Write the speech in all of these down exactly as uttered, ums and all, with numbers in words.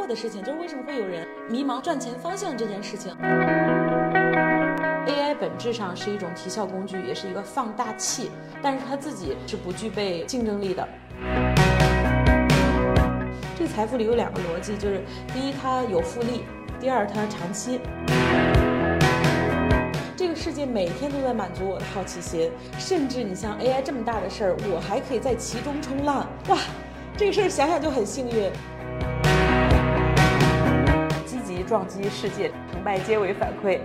的事情，就是为什么会有人迷茫赚钱方向这件事情。A I 本质上是一种提效工具，也是一个放大器，但是它自己是不具备竞争力的。这个财富里有两个逻辑，就是第一，它有复利；第二，它长期。这个世界每天都在满足我的好奇心，甚至你像 A I 这么大的事儿，我还可以在其中冲浪，哇，这个事儿想想就很幸运。积极撞击世界，成败皆为反馈。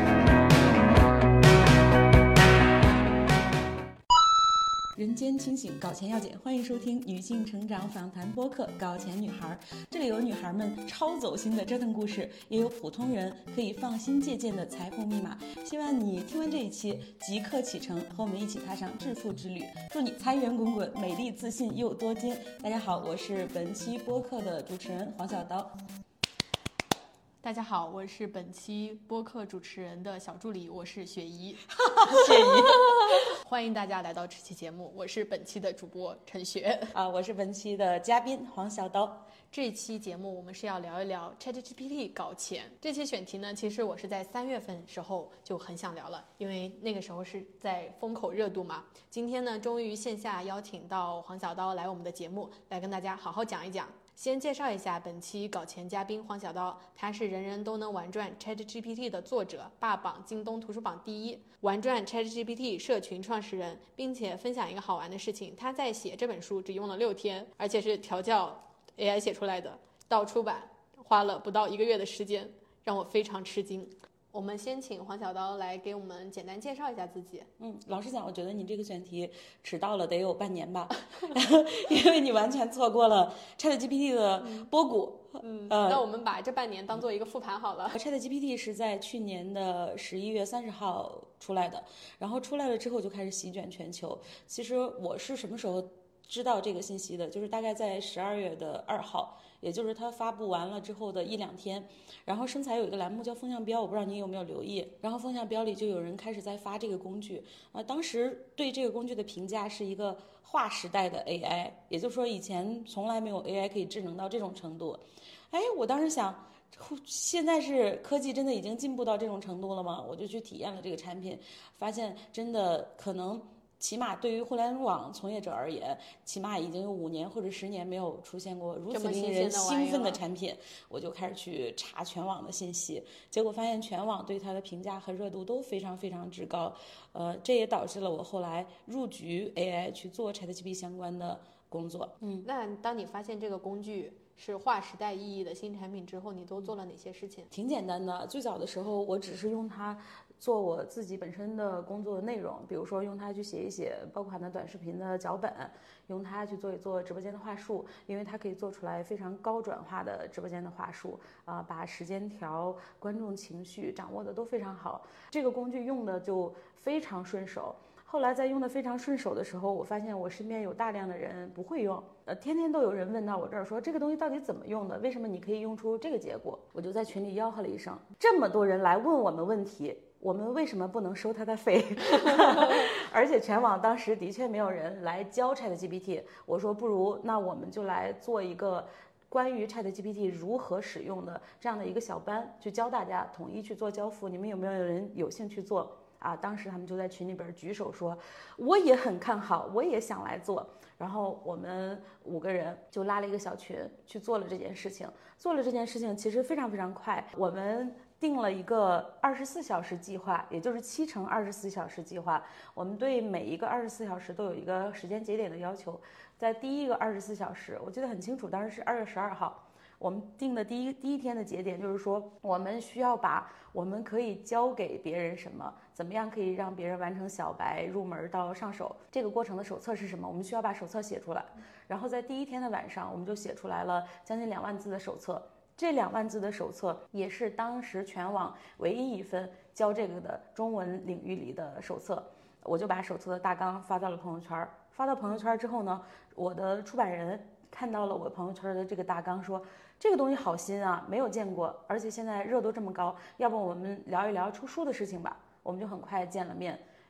人间清醒，搞钱要紧。欢迎收听女性成长访谈播客《搞钱女孩》，这里有女孩们超走心的折腾故事，也有普通人可以放心借鉴的财富密码。希望你听完这一期即刻启程，和我们一起踏上致富之旅。祝你财源滚滚，美丽自信又多金。大家好，我是本期播客的主持人黄小刀。 大家好，我是本期播客主持人的小助理，我是雪姨。 雪姨， 欢迎大家来到这期节目，我是本期的主播陈雪啊，我是本期的嘉宾黄小刀。 这期节目我们是要聊一聊 ChatGPT 搞钱。这期选题呢，其实我是在三月份时候就很想聊了，因为那个时候是在风口热度嘛。今天呢，终于线下邀请到黄小刀来我们的节目，来跟大家好好讲一讲。先介绍一下本期搞钱嘉宾黄小刀，他是人人都能玩转 ChatGPT 的作者，霸榜京东图书榜第一，玩转 ChatGPT 社群创始人，并且分享一个好玩的事情，他在写这本书只用了六天，而且是调教 A I 写出来的，到出版花了不到一个月的时间，让我非常吃惊。我们先请黄小刀来给我们简单介绍一下自己。 嗯，老实讲，我觉得你这个选题迟到了得有半年吧，因为你完全错过了 ChatGPT 的波谷。 嗯，呃、那我们把这半年当做一个复盘好了。 ChatGPT 是在去年的十一月三十号出来的，然后出来了之后就开始席卷全球。其实我是什么时候知道这个信息的？就是大概在十二月的二号。也就是它发布完了之后的一两天，然后生财有一个栏目叫风向标，我不知道你有没有留意，然后风向标里就有人开始在发这个工具啊，当时对这个工具的评价是一个划时代的 A I， 也就是说以前从来没有 A I 可以智能到这种程度。哎，我当时想，现在是科技真的已经进步到这种程度了吗？我就去体验了这个产品，发现真的可能起码对于互联网从业者而言，起码已经有五年或者十年没有出现过如此令人兴奋的产品。我就开始去查全网的信息，结果发现全网对它的评价和热度都非常非常之高。呃，这也导致了我后来入局 A I 去做 ChatGPT 相关的工作。 嗯，那当你发现这个工具是划时代意义的新产品之后，你都做了哪些事情？ 挺简单的，最早的时候我只是用它做我自己本身的工作的内容，比如说用它去写一写爆款的短视频的脚本，用它去做一做直播间的话术，因为它可以做出来非常高转化的直播间的话术啊、呃，把时间条、观众情绪掌握的都非常好。这个工具用的就非常顺手。后来在用的非常顺手的时候，我发现我身边有大量的人不会用，呃，天天都有人问到我这儿说这个东西到底怎么用的？为什么你可以用出这个结果？我就在群里吆喝了一声，这么多人来问我们问题，我们为什么不能收他的费？而且全网当时的确没有人来教 ChatGPT， 我说不如那我们就来做一个关于 ChatGPT 如何使用的这样的一个小班，去教大家统一去做交付。你们有没有人有兴趣做？啊，当时他们就在群里边举手说，我也很看好，我也想来做。然后我们五个人就拉了一个小群去做了这件事情。做了这件事情其实非常非常快，我们定了一个二十四小时计划，也就是七乘二十四小时计划。我们对每一个二十四小时都有一个时间节点的要求。在第一个二十四小时，我记得很清楚，当时是二月十二号。我们定的第一第一天的节点就是说，我们需要把我们可以教给别人什么，怎么样可以让别人完成小白入门到上手这个过程的手册是什么，我们需要把手册写出来。然后在第一天的晚上，我们就写出来了将近两万字的手册。这两万字的手册也是当时全网唯一一份教这个的中文领域里的手册。我就把手册的大纲发到了朋友圈，发到朋友圈之后呢，我的出版人看到了我朋友圈的这个大纲，说这个东西好新啊，没有见过，而且现在热度这么高，要不我们聊一聊出书的事情吧。我们就很快见了面，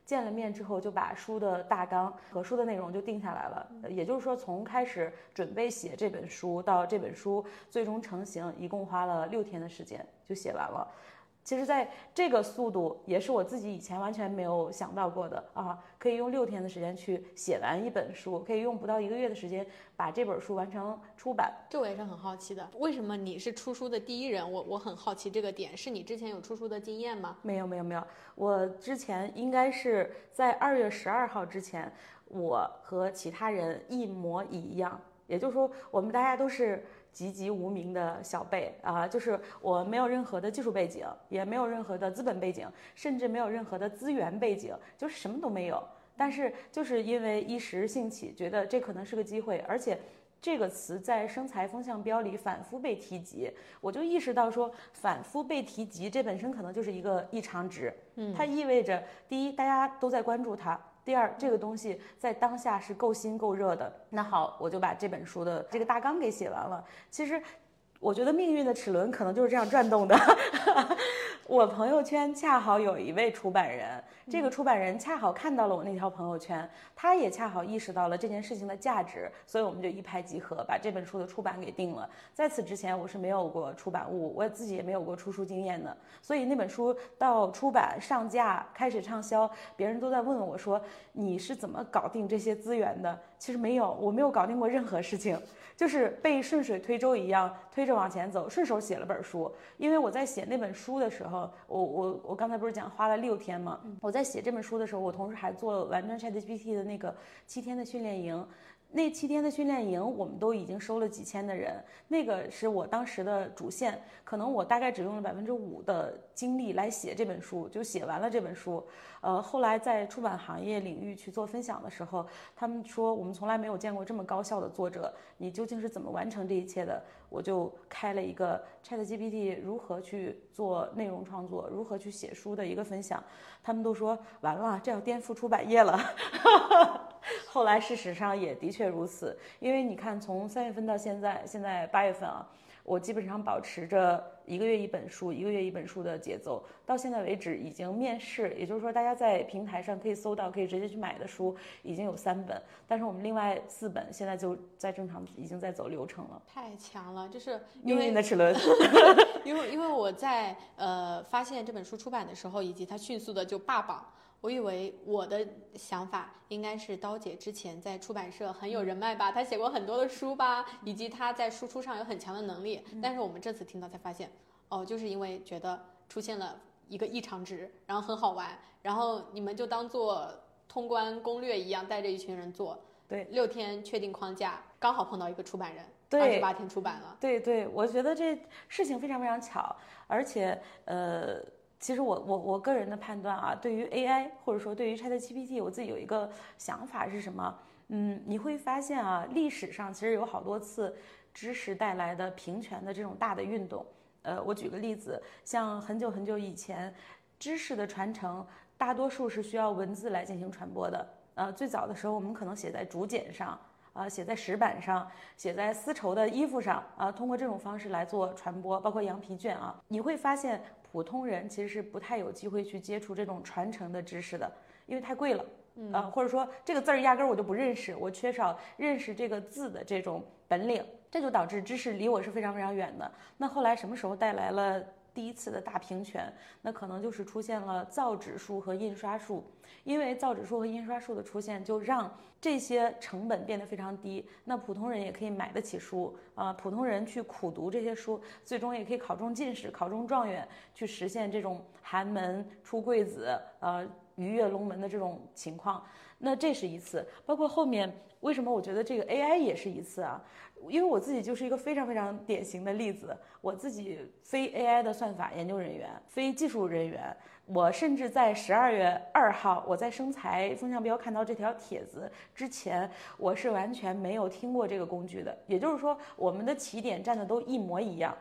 见了面之后就把书的大纲和书的内容就定下来了。也就是说，从开始准备写这本书到这本书最终成型，一共花了六天的时间就写完了。其实在这个速度也是我自己以前完全没有想到过的啊，可以用六天的时间去写完一本书，可以用不到一个月的时间把这本书完成出版。 这我也是很好奇的，为什么你是出书的第一人？我我很好奇这个点，是你之前有出书的经验吗？ 没有没有没有，我之前应该是在二月十二号之前，我和其他人一模一样，也就是说我们大家都是籍籍无名的小辈啊，就是我没有任何的技术背景，也没有任何的资本背景，甚至没有任何的资源背景，就是什么都没有。但是就是因为一时兴起，觉得这可能是个机会，而且这个词在生财风向标里反复被提及，我就意识到说，反复被提及，这本身可能就是一个异常值。嗯，它意味着第一，大家都在关注它。第二，这个东西在当下是够新够热的。那好，我就把这本书的这个大纲给写完了。其实我觉得命运的齿轮可能就是这样转动的。我朋友圈恰好有一位出版人，这个出版人恰好看到了我那条朋友圈，他也恰好意识到了这件事情的价值，所以我们就一拍即合，把这本书的出版给定了。在此之前我是没有过出版物，我自己也没有过出书经验的，所以那本书到出版上架开始畅销，别人都在问我说你是怎么搞定这些资源的？其实没有，我没有搞定过任何事情，就是被顺水推舟一样推着往前走，顺手写了本书。因为我在写那本书的时候，我我我刚才不是讲花了六天吗？我在写这本书的时候，我同时还做了完整 ChatGPT 的那个七天的训练营。那七天的训练营，我们都已经收了几千的人，那个是我当时的主线，可能我大概只用了百分之五的精力来写这本书，就写完了这本书。呃，后来在出版行业领域去做分享的时候，他们说我们从来没有见过这么高效的作者，你究竟是怎么完成这一切的？我就开了一个 ChatGPT 如何去做内容创作，如何去写书的一个分享，他们都说完了，这要颠覆出版业了。后来事实上也的确如此，因为你看从三月份到现在，现在八月份啊，我基本上保持着一个月一本书，一个月一本书的节奏，到现在为止已经面世，也就是说大家在平台上可以搜到可以直接去买的书已经有三本，但是我们另外四本现在就在正常已经在走流程了。 太强了，就是命运的齿轮。 因为因为我在呃发现这本书出版的时候，以及它迅速的就霸榜，我以为我的想法应该是刀姐之前在出版社很有人脉吧，她写过很多的书吧，以及她在输出上有很强的能力。但是我们这次听到才发现，哦，就是因为觉得出现了一个异常值，然后很好玩，然后你们就当做通关攻略一样，带着一群人做。 对， 六天确定框架，刚好碰到一个出版人， 对， 二十八天出版了。 对对，我觉得这事情非常非常巧，而且呃。其实我我我个人的判断啊，对于 A I 或者说对于 ChatGPT， 我自己有一个想法是什么？嗯，你会发现啊，历史上其实有好多次知识带来的平权的这种大的运动。呃，我举个例子，像很久很久以前，知识的传承大多数是需要文字来进行传播的。呃，最早的时候我们可能写在竹简上。啊、呃，写在石板上，写在丝绸的衣服上啊、呃，通过这种方式来做传播，包括羊皮卷啊，你会发现普通人其实是不太有机会去接触这种传承的知识的，因为太贵了，嗯、呃，或者说这个字儿压根儿我就不认识，我缺少认识这个字的这种本领，这就导致知识离我是非常非常远的。那后来什么时候带来了第一次的大平权？那可能就是出现了造纸术和印刷术，因为造纸术和印刷术的出现，就让这些成本变得非常低，那普通人也可以买得起书啊、呃，普通人去苦读这些书，最终也可以考中进士、考中状元，去实现这种寒门出贵子、呃鱼跃龙门的这种情况。那这是一次，包括后面为什么我觉得这个 A I 也是一次啊？因为我自己就是一个非常非常典型的例子，我自己非 A I 的算法研究人员，非技术人员。我甚至在十二月二号，我在生财风向标看到这条帖子之前，我是完全没有听过这个工具的。也就是说，我们的起点站的都一模一样。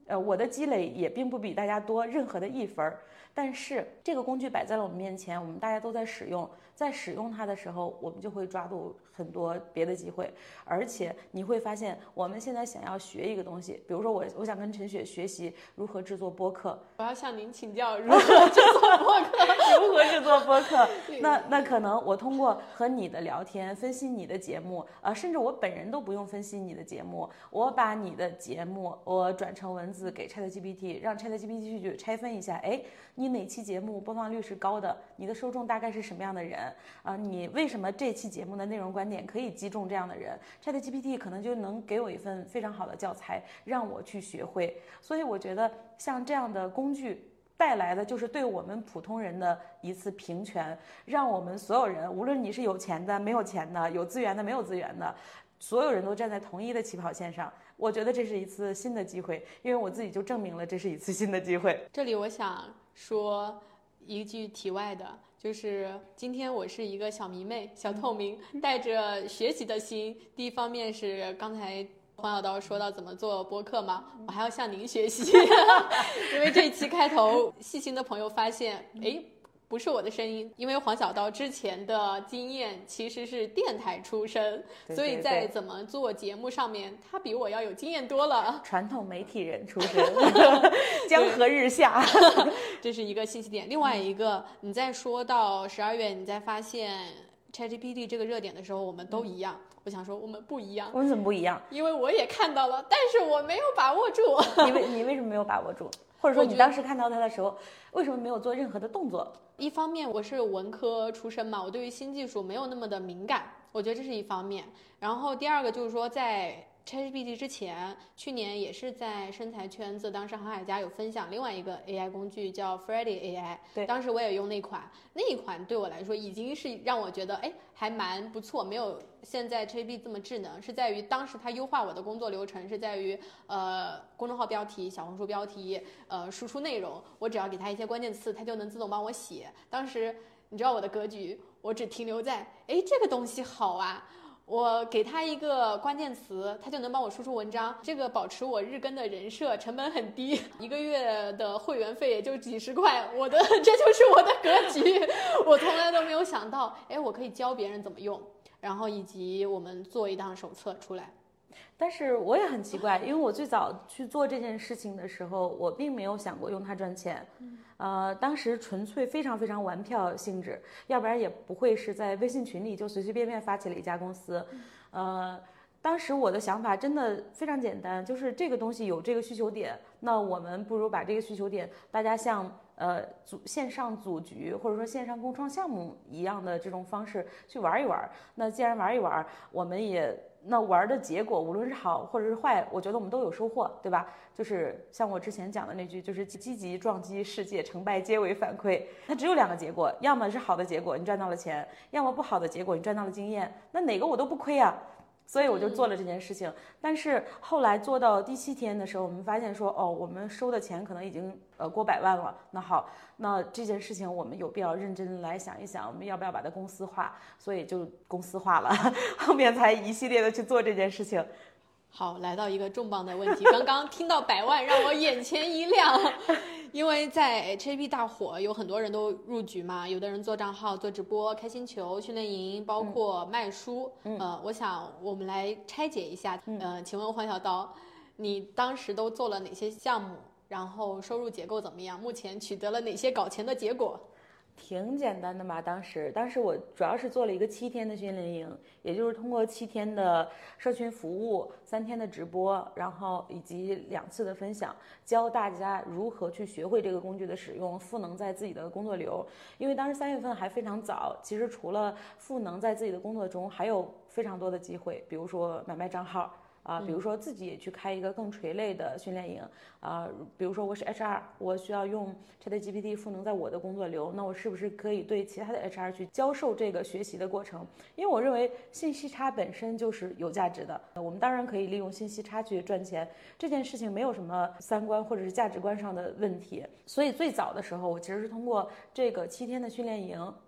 呃，我的积累也并不比大家多任何的一分儿，但是这个工具摆在了我们面前，我们大家都在使用，在使用它的时候，我们就会抓住很多别的机会，而且你会发现，我们现在想要学一个东西，比如说我我想跟陈雪学习如何制作播客， 我要向您请教如何制作播客， 如何制作播客，那那可能我通过和你的聊天，分析你的节目，呃，甚至我本人都不用分析你的节目，我把你的节目我转成文字给 ChatGPT， 让 ChatGPT 去拆分一下，哎，你哪期节目播放率是高的，你的受众大概是什么样的人啊、呃？你为什么这期节目的内容观点可以击中这样的人 ？ChatGPT 可能就能给我一份非常好的教材，让我去学会。所以我觉得像这样的工具带来的就是对我们普通人的一次平权，让我们所有人，无论你是有钱的、没有钱的、有资源的、没有资源的，所有人都站在同一的起跑线上。我觉得这是一次新的机会，因为我自己就证明了这是一次新的机会。 这里我想说一句题外的，就是今天我是一个小迷妹、小透明，带着学习的心。第一方面是刚才黄小刀说到怎么做播客嘛，我还要向您学习，因为这一期开头细心的朋友发现，哎。不是我的声音，因为黄小刀之前的经验其实是电台出身， 对对对， 所以在怎么做节目上面，他比我要有经验多了。 传统媒体人出身，江河日下， 这是一个信息点。另外一个，你在说到十二月，你在发现 ChatGPT 这个热点的时候，我们都一样。我想说，我们不一样。 我们怎么不一样？ 因为我也看到了，但是我没有把握住。 你为你为什么没有把握住？或者说你当时看到它的时候，为什么没有做任何的动作？ 一方面我是文科出身嘛，我对于新技术没有那么的敏感，我觉得这是一方面。然后第二个就是说，在 ChatGPT 之前，去年也是在生财圈子，当时航海家有分享另外一个 A I 工具叫 Freddy A I， 对， 当时我也用那款，那一款对我来说已经是让我觉得哎还蛮不错，没有现在 ChatGPT 这么智能，是在于当时它优化我的工作流程，是在于呃公众号标题、小红书标题，呃输出内容，我只要给它一些关键词，它就能自动帮我写。当时你知道我的格局，我只停留在哎这个东西好啊。我给他一个关键词，他就能帮我输出文章，这个保持我日更的人设，成本很低，一个月的会员费也就几十块，我的这就是我的格局。我从来都没有想到，哎，我可以教别人怎么用，然后以及我们做一档手册出来。 但是我也很奇怪，因为我最早去做这件事情的时候，我并没有想过用它赚钱，呃，当时纯粹非常非常玩票性质，要不然也不会是在微信群里就随随便便发起了一家公司，呃，当时我的想法真的非常简单，就是这个东西有这个需求点，那我们不如把这个需求点，大家像呃组线上组局或者说线上共创项目一样的这种方式去玩一玩。那既然玩一玩，我们也。那玩的结果，无论是好或者是坏，我觉得我们都有收获，对吧？就是像我之前讲的那句，就是积极撞击世界，成败皆为反馈。它只有两个结果，要么是好的结果，你赚到了钱；要么不好的结果，你赚到了经验。那哪个我都不亏啊。所以我就做了这件事情，但是后来做到第七天的时候，我们发现说，哦，我们收的钱可能已经呃过百万了。那好，那这件事情我们有必要认真来想一想，我们要不要把它公司化？所以就公司化了，后面才一系列的去做这件事情。 好，来到一个重磅的问题，刚刚听到百万让我眼前一亮，因为在 ChatGPT 大火，有很多人都入局嘛，有的人做账号、做直播、开星球、训练营，包括卖书。嗯，呃，我想我们来拆解一下。嗯、呃，请问黄小刀，你当时都做了哪些项目？然后收入结构怎么样？目前取得了哪些搞钱的结果？ 挺简单的嘛，当时，当时我主要是做了一个七天的训练营，也就是通过七天的社群服务、三天的直播，然后以及两次的分享，教大家如何去学会这个工具的使用，赋能在自己的工作流。因为当时三月份还非常早，其实除了赋能在自己的工作中，还有非常多的机会，比如说买卖账号。啊，比如说自己也去开一个更垂类的训练营啊，比如说我是 H R， 我需要用 ChatGPT 赋能在我的工作流，那我是不是可以对其他的 H R 去教授这个学习的过程？因为我认为信息差本身就是有价值的，我们当然可以利用信息差去赚钱，这件事情没有什么三观或者是价值观上的问题。所以最早的时候，我其实是通过这个七天的训练营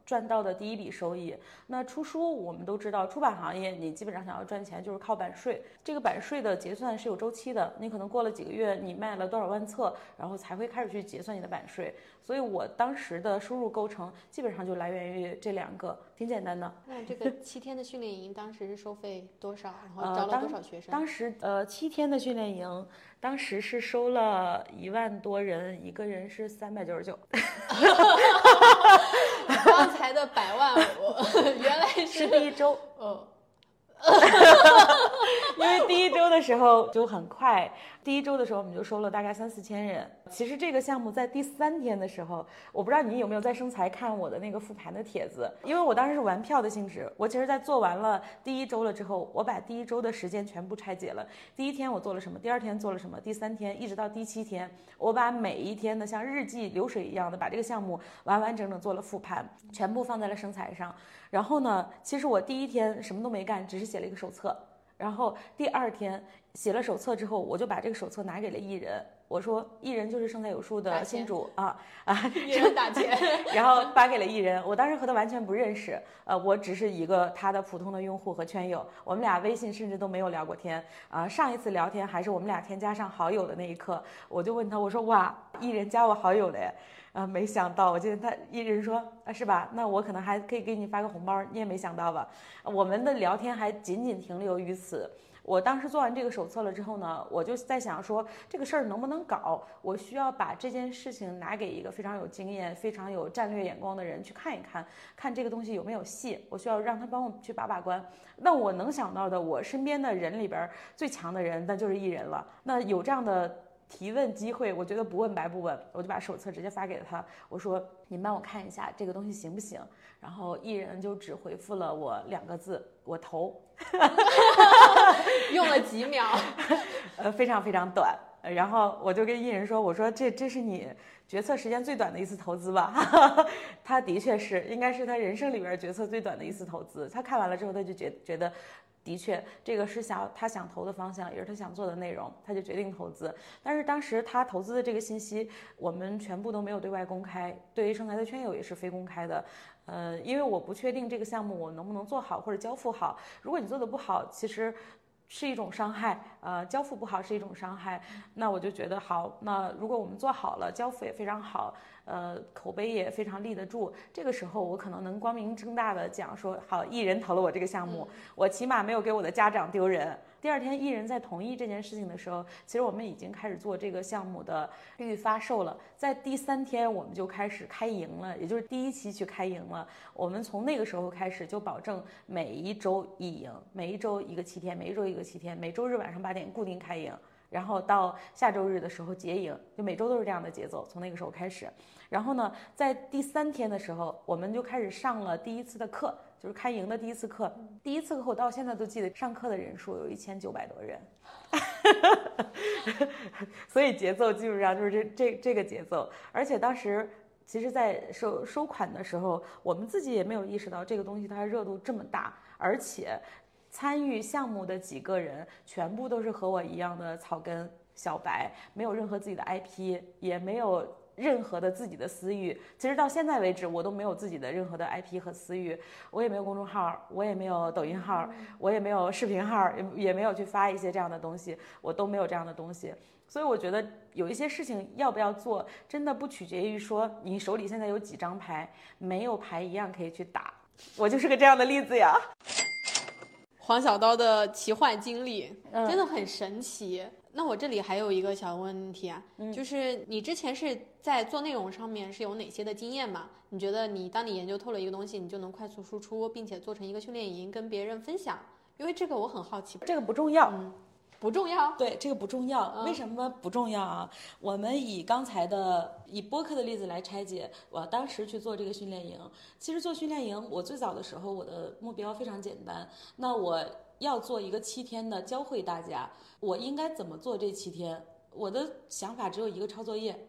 赚到的第一笔收益。那出书我们都知道，出版行业你基本上想要赚钱就是靠版税，这个版税的结算是有周期的，你可能过了几个月，你卖了多少万册，然后才会开始去结算你的版税。所以我当时的收入构成基本上就来源于这两个，挺简单的。 那这个七天的训练营当时是收费多少？然后招了多少学生？ 呃、当, 当时呃七天的训练营，当时是收了一万多人，一个人是三百九十九。 刚才的百万，我原来是是第一周。 哦。 因为第一周的时候就很快，第一周的时候我们就收了大概三四千人。其实这个项目在第三天的时候，我不知道你有没有在生财看我的那个复盘的帖子，因为我当时是玩票的性质。我其实在做完了第一周了之后，我把第一周的时间全部拆解了。第一天我做了什么，第二天做了什么，第三天一直到第七天，我把每一天的像日记流水一样的把这个项目完完整整做了复盘，全部放在了生财上。然后呢，其实我第一天什么都没干，只是写了一个手册。然后第二天写了手册之后，我就把这个手册拿给了艺人，我说艺人就是生财有术的新主啊啊， 艺人打钱， 然后发给了艺人。我当时和他完全不认识，呃，我只是一个他的普通的用户和圈友，我们俩微信甚至都没有聊过天啊、呃。上一次聊天还是我们俩添加上好友的那一刻，我就问他，我说哇，艺人加我好友的耶。啊、呃，没想到，我记得他艺人说啊，是吧？那我可能还可以给你发个红包，你也没想到吧？我们的聊天还仅仅停留于此。我当时做完这个手册了之后呢，我就在想说，这个事儿能不能搞？我需要把这件事情拿给一个非常有经验、非常有战略眼光的人去看一看，看这个东西有没有戏。我需要让他帮我去把把关。那我能想到的，我身边的人里边最强的人，那就是艺人了。那有这样的提问机会，我觉得不问白不问，我就把手册直接发给了他，我说你帮我看一下这个东西行不行。然后艺人就只回复了我两个字，我投。 用了几秒， 呃，非常非常短。然后我就跟艺人说，我说这这是你决策时间最短的一次投资吧？他的确是，应该是他人生里边决策最短的一次投资。他看完了之后，他就觉觉得。的确，这个是想他想投的方向，也是他想做的内容，他就决定投资。但是当时他投资的这个信息，我们全部都没有对外公开，对于生财的圈友也是非公开的。呃，因为我不确定这个项目我能不能做好或者交付好。如果你做的不好，其实是一种伤害，呃，交付不好是一种伤害。那我就觉得好，那如果我们做好了，交付也非常好，呃，口碑也非常立得住，这个时候我可能能光明正大的讲说，好，艺人投了我这个项目，我起码没有给我的家长丢人。第二天艺人在同意这件事情的时候，其实我们已经开始做这个项目的预发售了。在第三天我们就开始开营了，也就是第一期去开营了。我们从那个时候开始就保证每一周一营，每一周一个七天，每一周一个七天，每周日晚上八点固定开营，然后到下周日的时候结营，就每周都是这样的节奏。从那个时候开始，然后呢，在第三天的时候，我们就开始上了第一次的课。就是开营的第一次课，第一次课我到现在都记得，上课的人数有一千九百多人，所以节奏基本上就是这这这个节奏。而且当时其实，在收收款的时候，我们自己也没有意识到这个东西它热度这么大，而且参与项目的几个人全部都是和我一样的草根小白，没有任何自己的 I P， 也没有任何的自己的私域。其实到现在为止，我都没有自己的任何的 I P 和私域，我也没有公众号，我也没有抖音号，我也没有视频号，也也没有去发一些这样的东西，我都没有这样的东西。所以我觉得有一些事情要不要做，真的不取决于说你手里现在有几张牌，没有牌一样可以去打。我就是个这样的例子呀。 黄小刀的奇幻经历真的很神奇。嗯，那我这里还有一个小问题啊，嗯、就是你之前是在做内容上面是有哪些的经验吗？你觉得你当你研究透了一个东西，你就能快速输出，并且做成一个训练营跟别人分享？因为这个我很好奇。 这个不重要。 嗯，不重要。 对，这个不重要。嗯、为什么不重要啊？我们以刚才的以播客的例子来拆解，我当时去做这个训练营。其实做训练营，我最早的时候我的目标非常简单，那我要做一个七天的教会大家，我应该怎么做这七天？我的想法只有一个，抄作业。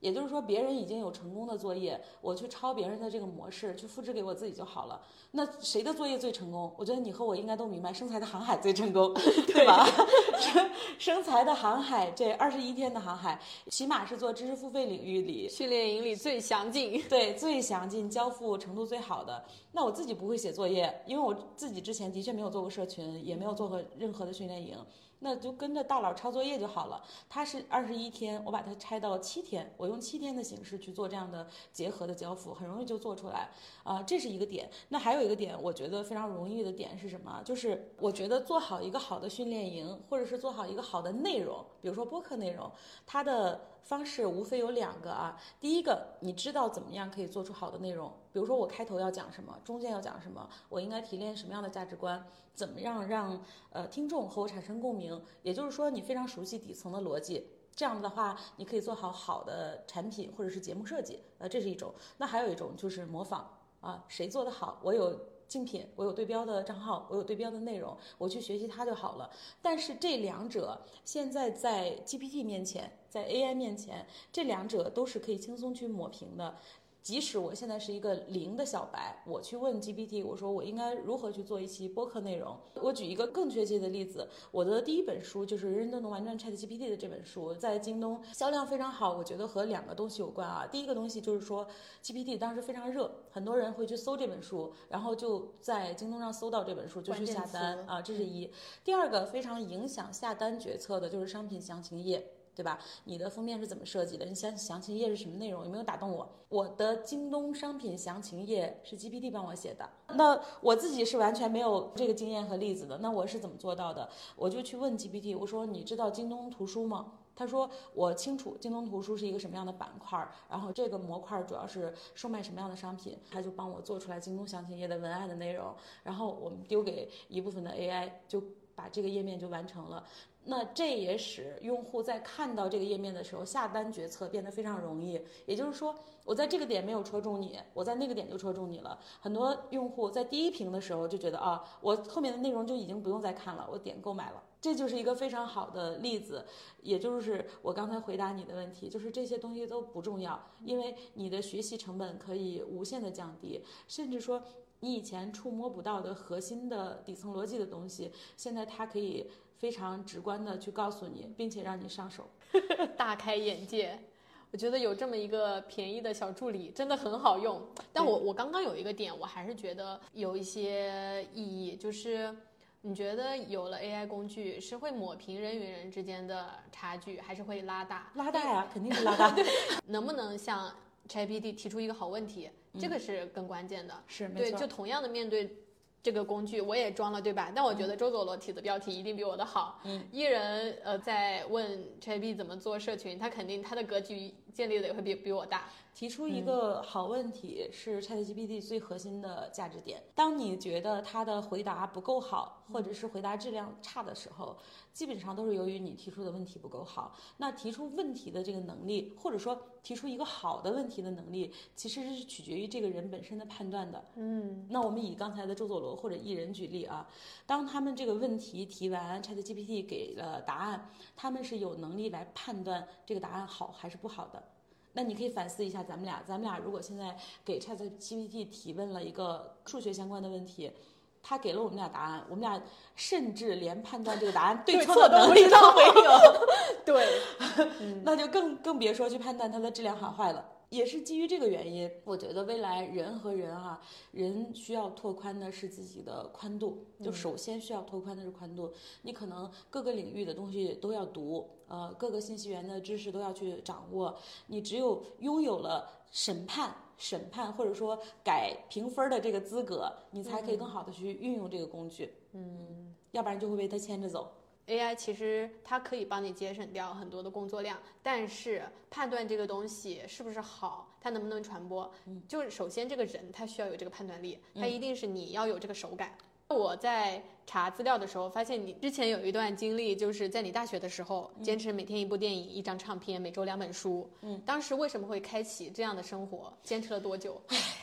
也就是说，别人已经有成功的作业，我去抄别人的这个模式，去复制给我自己就好了。那谁的作业最成功？我觉得你和我应该都明白，生财的航海最成功，对吧？生财的航海这二十一天的航海，起码是做知识付费领域里训练营里最详尽， 对，最详尽、交付程度最好的。那我自己不会写作业，因为我自己之前的确没有做过社群，也没有做过任何的训练营。那就跟着大佬抄作业就好了。它是二十一天，我把它拆到七天，我用七天的形式去做这样的结合的交付，很容易就做出来啊、呃，这是一个点。那还有一个点，我觉得非常容易的点是什么？就是我觉得做好一个好的训练营，或者是做好一个好的内容，比如说播客内容，它的方式无非有两个啊。第一个，你知道怎么样可以做出好的内容，比如说我开头要讲什么，中间要讲什么，我应该提炼什么样的价值观，怎么样让呃听众和我产生共鸣，也就是说你非常熟悉底层的逻辑，这样的话你可以做好好的产品或者是节目设计，呃，这是一种。那还有一种就是模仿啊，谁做得好，我有竞品，我有对标的账号，我有对标的内容，我去学习它就好了。但是这两者现在在 G P T 面前，在 A I 面前，这两者都是可以轻松去抹平的。即使我现在是一个零的小白，我去问 G P T， 我说我应该如何去做一期播客内容？我举一个更确切的例子，我的第一本书就是《人人都能玩转 Chat G P T》的这本书，在京东销量非常好。我觉得和两个东西有关啊。第一个东西就是说 G P T 当时非常热，很多人会去搜这本书，然后就在京东上搜到这本书就去下单啊，这是一。第二个非常影响下单决策的就是商品详情页。对吧？你的封面是怎么设计的？你详详情页是什么内容？有没有打动我？我的京东商品详情页是 G P T 帮我写的。那我自己是完全没有这个经验和例子的。那我是怎么做到的？我就去问 G P T， 我说你知道京东图书吗？他说我清楚京东图书是一个什么样的板块，然后这个模块主要是售卖什么样的商品，他就帮我做出来京东详情页的文案的内容，然后我们丢给一部分的 A I， 就把这个页面就完成了。那这也使用户在看到这个页面的时候下单决策变得非常容易。也就是说，我在这个点没有戳中你，我在那个点就戳中你了。很多用户在第一屏的时候就觉得啊，我后面的内容就已经不用再看了，我点购买了。这就是一个非常好的例子，也就是我刚才回答你的问题，就是这些东西都不重要，因为你的学习成本可以无限的降低，甚至说你以前触摸不到的核心的底层逻辑的东西，现在它可以非常直观的去告诉你，并且让你上手， 大开眼界。我觉得有这么一个便宜的小助理真的很好用。但我我刚刚有一个点，我还是觉得有一些意义，就是你觉得有了 A I 工具是会抹平人与人之间的差距，还是会拉大？ 拉大呀，肯定是拉大。 能不能向 ChatGPT 提出一个好问题，这个是更关键的。 是，没错。 对，就同样的面对这个工具，我也装了，对吧？但我觉得周佐罗提的标题一定比我的好。嗯，艺人呃在问 ChatGPT 怎么做社群，他肯定他的格局建立的也会比比我大。 提出一个好问题是 ChatGPT 最核心的价值点。当你觉得它的回答不够好，或者是回答质量差的时候，基本上都是由于你提出的问题不够好。那提出问题的这个能力，或者说提出一个好的问题的能力，其实是取决于这个人本身的判断的。嗯，那我们以刚才的周佐罗或者艺人举例啊，当他们这个问题提完 ChatGPT 给了答案，他们是有能力来判断这个答案好还是不好的。那你可以反思一下咱们俩，咱们俩如果现在给 ChatGPT 提问了一个数学相关的问题，他给了我们俩答案，我们俩甚至连判断这个答案对错的能力都没有， 对， 那就更更别说去判断它的质量好坏了。也是基于这个原因，我觉得未来人和人啊，人需要拓宽的是自己的宽度，就首先需要拓宽的是宽度。你可能各个领域的东西都要读，呃，各个信息源的知识都要去掌握。你只有拥有了审判、审判或者说改评分的这个资格，你才可以更好的去运用这个工具。嗯，要不然就会被它牵着走。 A I 其实它可以帮你节省掉很多的工作量，但是判断这个东西是不是好，它能不能传播，嗯、就是首先这个人他需要有这个判断力，他一定是你要有这个手感。嗯、我在查资料的时候发现，你之前有一段经历，就是在你大学的时候，坚持每天一部电影、一张唱片，每周两本书。嗯，当时为什么会开启这样的生活？坚持了多久？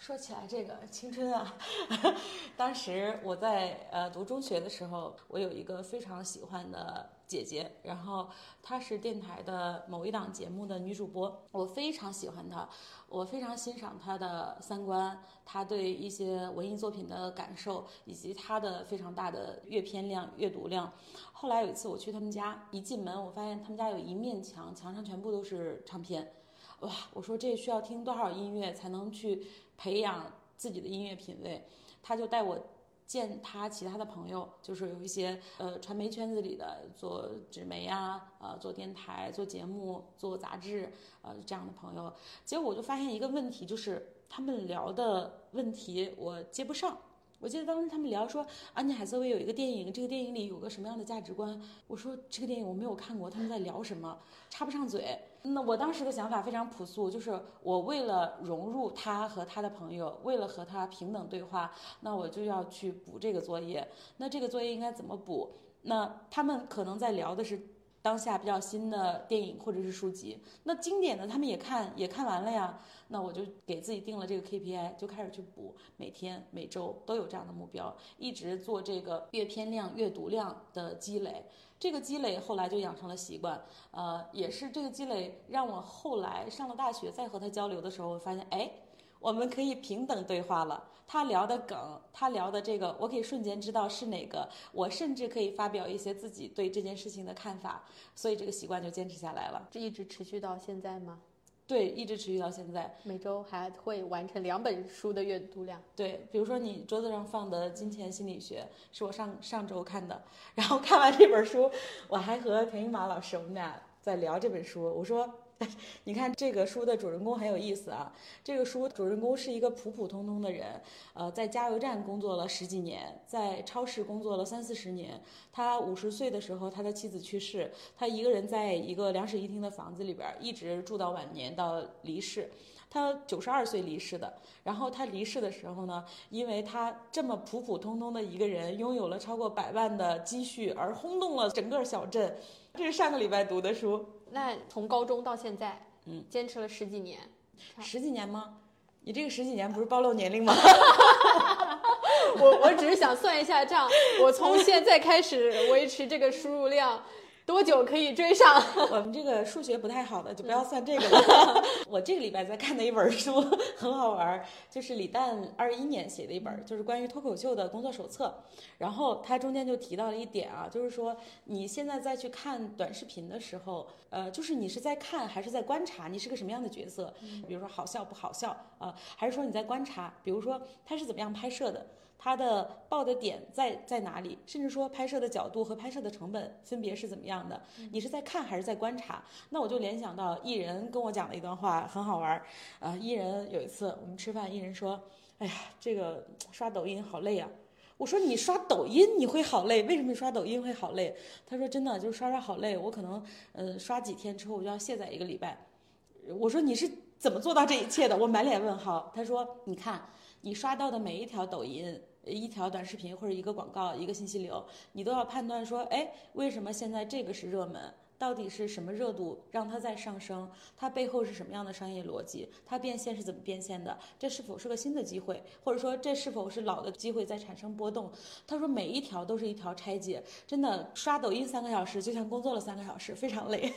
说起来这个青春啊，当时我在呃读中学的时候，我有一个非常喜欢的姐姐，然后她是电台的某一档节目的女主播，我非常喜欢她，我非常欣赏她的三观，她对一些文艺作品的感受，以及她的非常大的阅片量、阅读量。后来有一次我去他们家，一进门我发现他们家有一面墙，墙上全部都是唱片。哇，我说这需要听多少音乐才能去培养自己的音乐品味？他就带我见他其他的朋友，就是有一些呃传媒圈子里的做纸媒啊，呃做电台、做节目、做杂志，呃这样的朋友。结果我就发现一个问题，就是他们聊的问题我接不上。我记得当时他们聊说，安妮海瑟薇有一个电影，这个电影里有个什么样的价值观？我说这个电影我没有看过，他们在聊什么？插不上嘴。那我当时的想法非常朴素，就是我为了融入他和他的朋友，为了和他平等对话，那我就要去补这个作业。那这个作业应该怎么补？那他们可能在聊的是当下比较新的电影或者是书籍，那经典的他们也看也看完了呀。那我就给自己定了这个 K P I， 就开始去补，每天每周都有这样的目标，一直做这个阅片量、阅读量的积累。这个积累后来就养成了习惯，呃，也是这个积累让我后来上了大学再和他交流的时候，我发现，哎，我们可以平等对话了。他聊的梗，他聊的这个，我可以瞬间知道是哪个，我甚至可以发表一些自己对这件事情的看法，所以这个习惯就坚持下来了。 这一直持续到现在吗？ 对，一直持续到现在， 每周还会完成两本书的阅读量。 对，比如说你桌子上放的《金钱心理学》是我上上周看的，然后看完这本书，我还和田一马老师我们俩在聊这本书，我说你看这个书的主人公很有意思啊，这个书主人公是一个普普通通的人，呃，在加油站工作了十几年，在超市工作了三四十年。他五十岁的时候，他的妻子去世，他一个人在一个两室一厅的房子里边，一直住到晚年到离世。他九十二岁离世的，然后他离世的时候呢，因为他这么普普通通的一个人，拥有了超过百万的积蓄，而轰动了整个小镇。这是上个礼拜读的书。 那从高中到现在， 嗯， 坚持了十几年。 十几年吗？你这个十几年不是暴露年龄吗？ 我我只是想算一下账，我从现在开始维持这个输入量，多久可以追上？ 我们这个数学不太好的就不要算这个了。我这个礼拜在看的一本书很好玩，就是李诞二一年写的一本，就是关于脱口秀的工作手册。然后他中间就提到了一点啊，就是说你现在再去看短视频的时候，呃，就是你是在看还是在观察，你是个什么样的角色？比如说好笑不好笑啊、呃，还是说你在观察？比如说他是怎么样拍摄的？它的爆的点在在哪里？甚至说拍摄的角度和拍摄的成本分别是怎么样的？你是在看还是在观察？那我就联想到艺人跟我讲的一段话，很好玩。呃，艺人有一次我们吃饭，艺人说：“哎呀，这个刷抖音好累啊。”我说：“你刷抖音你会好累？为什么你刷抖音会好累？”他说：“真的，就是刷刷好累，我可能呃刷几天之后我就要卸载一个礼拜。”我说：“你是怎么做到这一切的？”我满脸问号。他说：“你看，你刷到的每一条抖音。”一条短视频或者一个广告一个信息流，你都要判断说，哎，为什么现在这个是热门？到底是什么热度让它在上升？它背后是什么样的商业逻辑？它变现是怎么变现的？这是否是个新的机会？或者说这是否是老的机会在产生波动？他说每一条都是一条拆解，真的刷抖音三个小时就像工作了三个小时，非常累。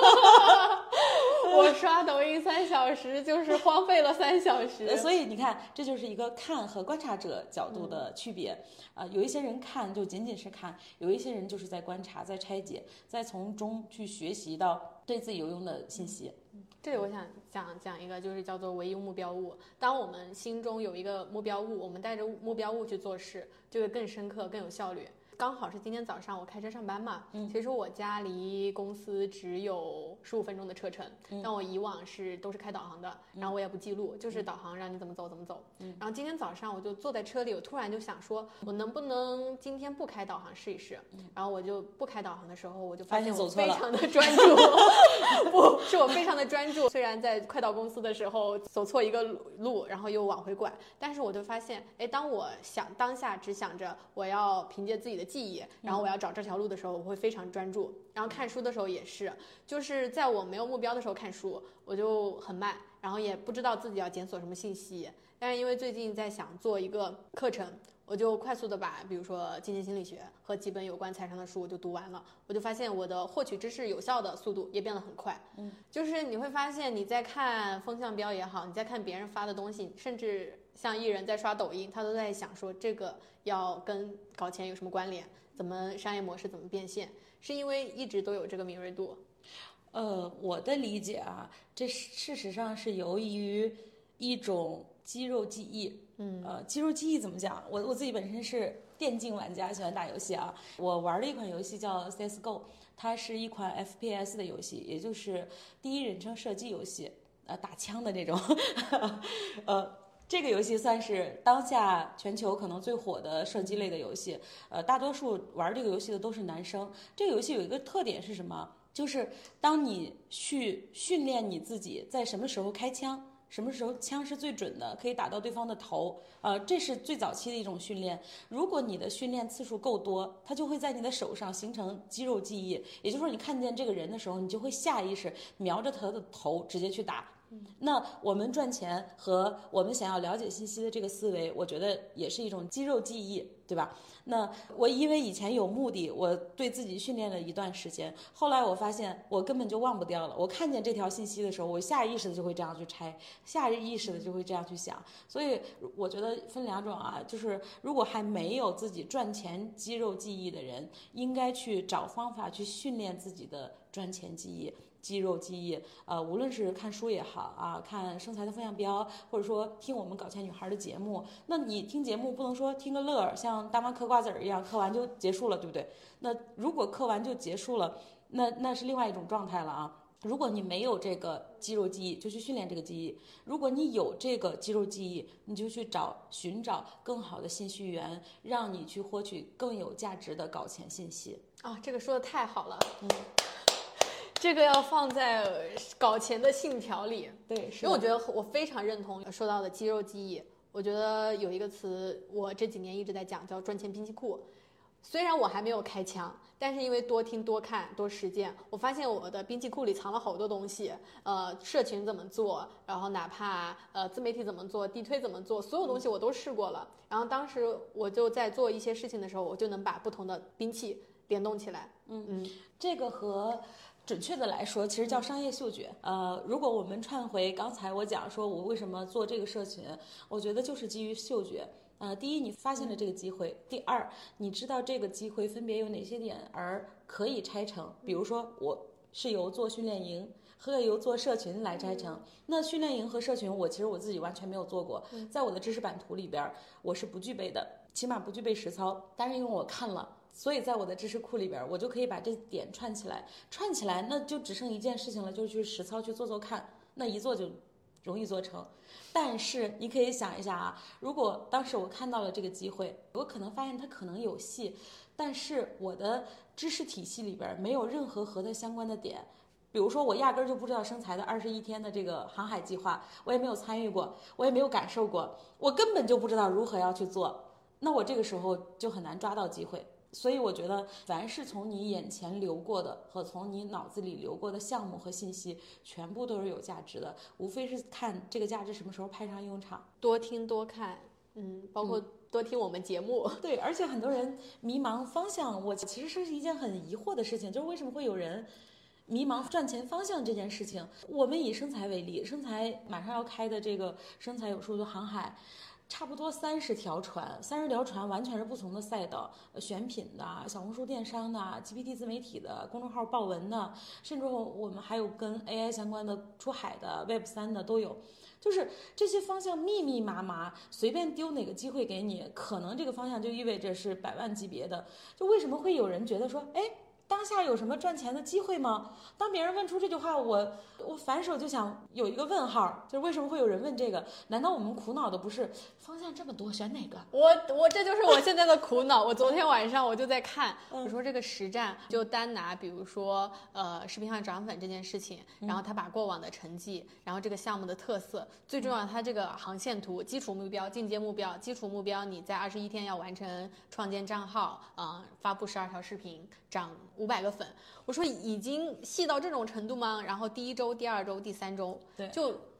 我刷抖音三小时就是荒废了三小时， 所以你看，这就是一个看和观察者角度的区别。啊、呃，有一些人看就仅仅是看，有一些人就是在观察，在拆解，在从中去学习到对自己有用的信息。 这里我想讲讲一个，就是叫做唯一目标物。当我们心中有一个目标物，我们带着目标物去做事，就会更深刻、更有效率。刚好是今天早上我开车上班嘛，嗯，其实我家离公司只有十五分钟的车程，嗯，但我以往是都是开导航的，嗯，然后我也不记录，就是导航让你怎么走怎么走，嗯，然后今天早上我就坐在车里，我突然就想说，我能不能今天不开导航试一试？嗯，然后我就不开导航的时候，我就发现我非常的专注，不是我非常的专注，虽然在快到公司的时候走错一个路，然后又往回拐，但是我就发现，哎，当我想当下只想着我要凭借自己的记忆，然后我要找这条路的时候，我会非常专注。然后看书的时候也是，就是在我没有目标的时候看书，我就很慢。然然后也不知道自己要检索什么信息。但是因为最近在想做一个课程，我就快速的把比如说经济心理学和几本有关财商的书我就读完了，我就发现我的获取知识有效的速度也变得很快。 嗯， 就是你会发现你在看风向标也好，你在看别人发的东西，甚至像艺人在刷抖音，他都在想说这个要跟搞钱有什么关联，怎么商业模式怎么变现，是因为一直都有这个敏锐度。 呃，我的理解啊，这事实上是由于一种肌肉记忆。 嗯， 呃，肌肉记忆怎么讲？我我自己本身是电竞玩家，喜欢打游戏啊。我玩的一款游戏叫 C S G O， 它是一款 F P S 的游戏，也就是第一人称射击游戏，呃，打枪的那种。呃，这个游戏算是当下全球可能最火的射击类的游戏。呃，大多数玩这个游戏的都是男生。这个游戏有一个特点是什么？就是当你去训练你自己在什么时候开枪，什么时候枪是最准的，可以打到对方的头，呃，这是最早期的一种训练。如果你的训练次数够多，它就会在你的手上形成肌肉记忆，也就是说，你看见这个人的时候，你就会下意识瞄着他的头直接去打。那我们赚钱和我们想要了解信息的这个思维，我觉得也是一种肌肉记忆，对吧？那我因为以前有目的，我对自己训练了一段时间，后来我发现我根本就忘不掉了。我看见这条信息的时候，我下意识的就会这样去拆，下意识的就会这样去想。所以我觉得分两种啊，就是如果还没有自己赚钱肌肉记忆的人，应该去找方法去训练自己的赚钱记忆。肌肉记忆，呃，无论是看书也好啊，看生财的风向标，或者说听我们搞钱女孩的节目，那你听节目不能说听个乐，像大妈嗑瓜子儿一样，嗑完就结束了，对不对？那如果嗑完就结束了，那那是另外一种状态了啊。如果你没有这个肌肉记忆，就去训练这个记忆；如果你有这个肌肉记忆，你就去找寻找更好的信息源，让你去获取更有价值的搞钱信息。 啊，这个说的太好了。 嗯。 这个要放在搞钱的信条里。 对，是因为我觉得我非常认同说到的肌肉记忆。我觉得有一个词我这几年一直在讲，叫赚钱兵器库。虽然我还没有开枪，但是因为多听多看多实践，我发现我的兵器库里藏了好多东西。呃，社群怎么做，然后哪怕呃自媒体怎么做，地推怎么做，所有东西我都试过了。然后当时我就在做一些事情的时候，我就能把不同的兵器联动起来。 嗯嗯，这个和准确的来说，其实叫商业嗅觉。呃，如果我们串回刚才我讲说我为什么做这个社群，我觉得就是基于嗅觉。呃，第一，你发现了这个机会；第二，你知道这个机会分别有哪些点，而可以拆成。比如说，我是由做训练营和由做社群来拆成。那训练营和社群，我其实我自己完全没有做过，在我的知识版图里边，我是不具备的，起码不具备实操。但是因为我看了。所以在我的知识库里边，我就可以把这点串起来，串起来，那就只剩一件事情了，就是去实操去做做看，那一做就容易做成。但是你可以想一下啊，如果当时我看到了这个机会，我可能发现它可能有戏，但是我的知识体系里边没有任何和它相关的点。比如说，我压根儿就不知道生财的二十一天的这个航海计划，我也没有参与过，我也没有感受过，我根本就不知道如何要去做。那我这个时候就很难抓到机会。所以我觉得，凡是从你眼前流过的和从你脑子里流过的项目和信息，全部都是有价值的，无非是看这个价值什么时候派上用场。 多听多看，嗯，包括多听我们节目。 嗯、对，而且很多人迷茫方向，我其实是一件很疑惑的事情，就是为什么会有人迷茫赚钱方向这件事情。我们以生财为例，生财马上要开的这个生财有数的航海。差不多三十条船，三十条船完全是不同的赛道，选品的、小红书电商的、G P T 自媒体的、公众号爆文的，甚至我们还有跟 A I 相关的出海的、Web 三的都有。就是这些方向密密麻麻，随便丢哪个机会给你，可能这个方向就意味着是百万级别的。就为什么会有人觉得说，哎？当下有什么赚钱的机会吗？当别人问出这句话，我我反手就想有一个问号，就是为什么会有人问这个？难道我们苦恼的不是方向这么多，选哪个？ 我我这就是我现在的苦恼。我昨天晚上我就在看，我说这个实战就单拿，比如说呃视频号涨粉这件事情，然后他把过往的成绩，然后这个项目的特色，最重要它这个航线图、基础目标、进阶目标、基础目标，你在二十一天要完成创建账号，啊、呃，发布十二条视频，涨五百个粉。我说已经细到这种程度吗？然后第一周、第二周、第三周， 对， 就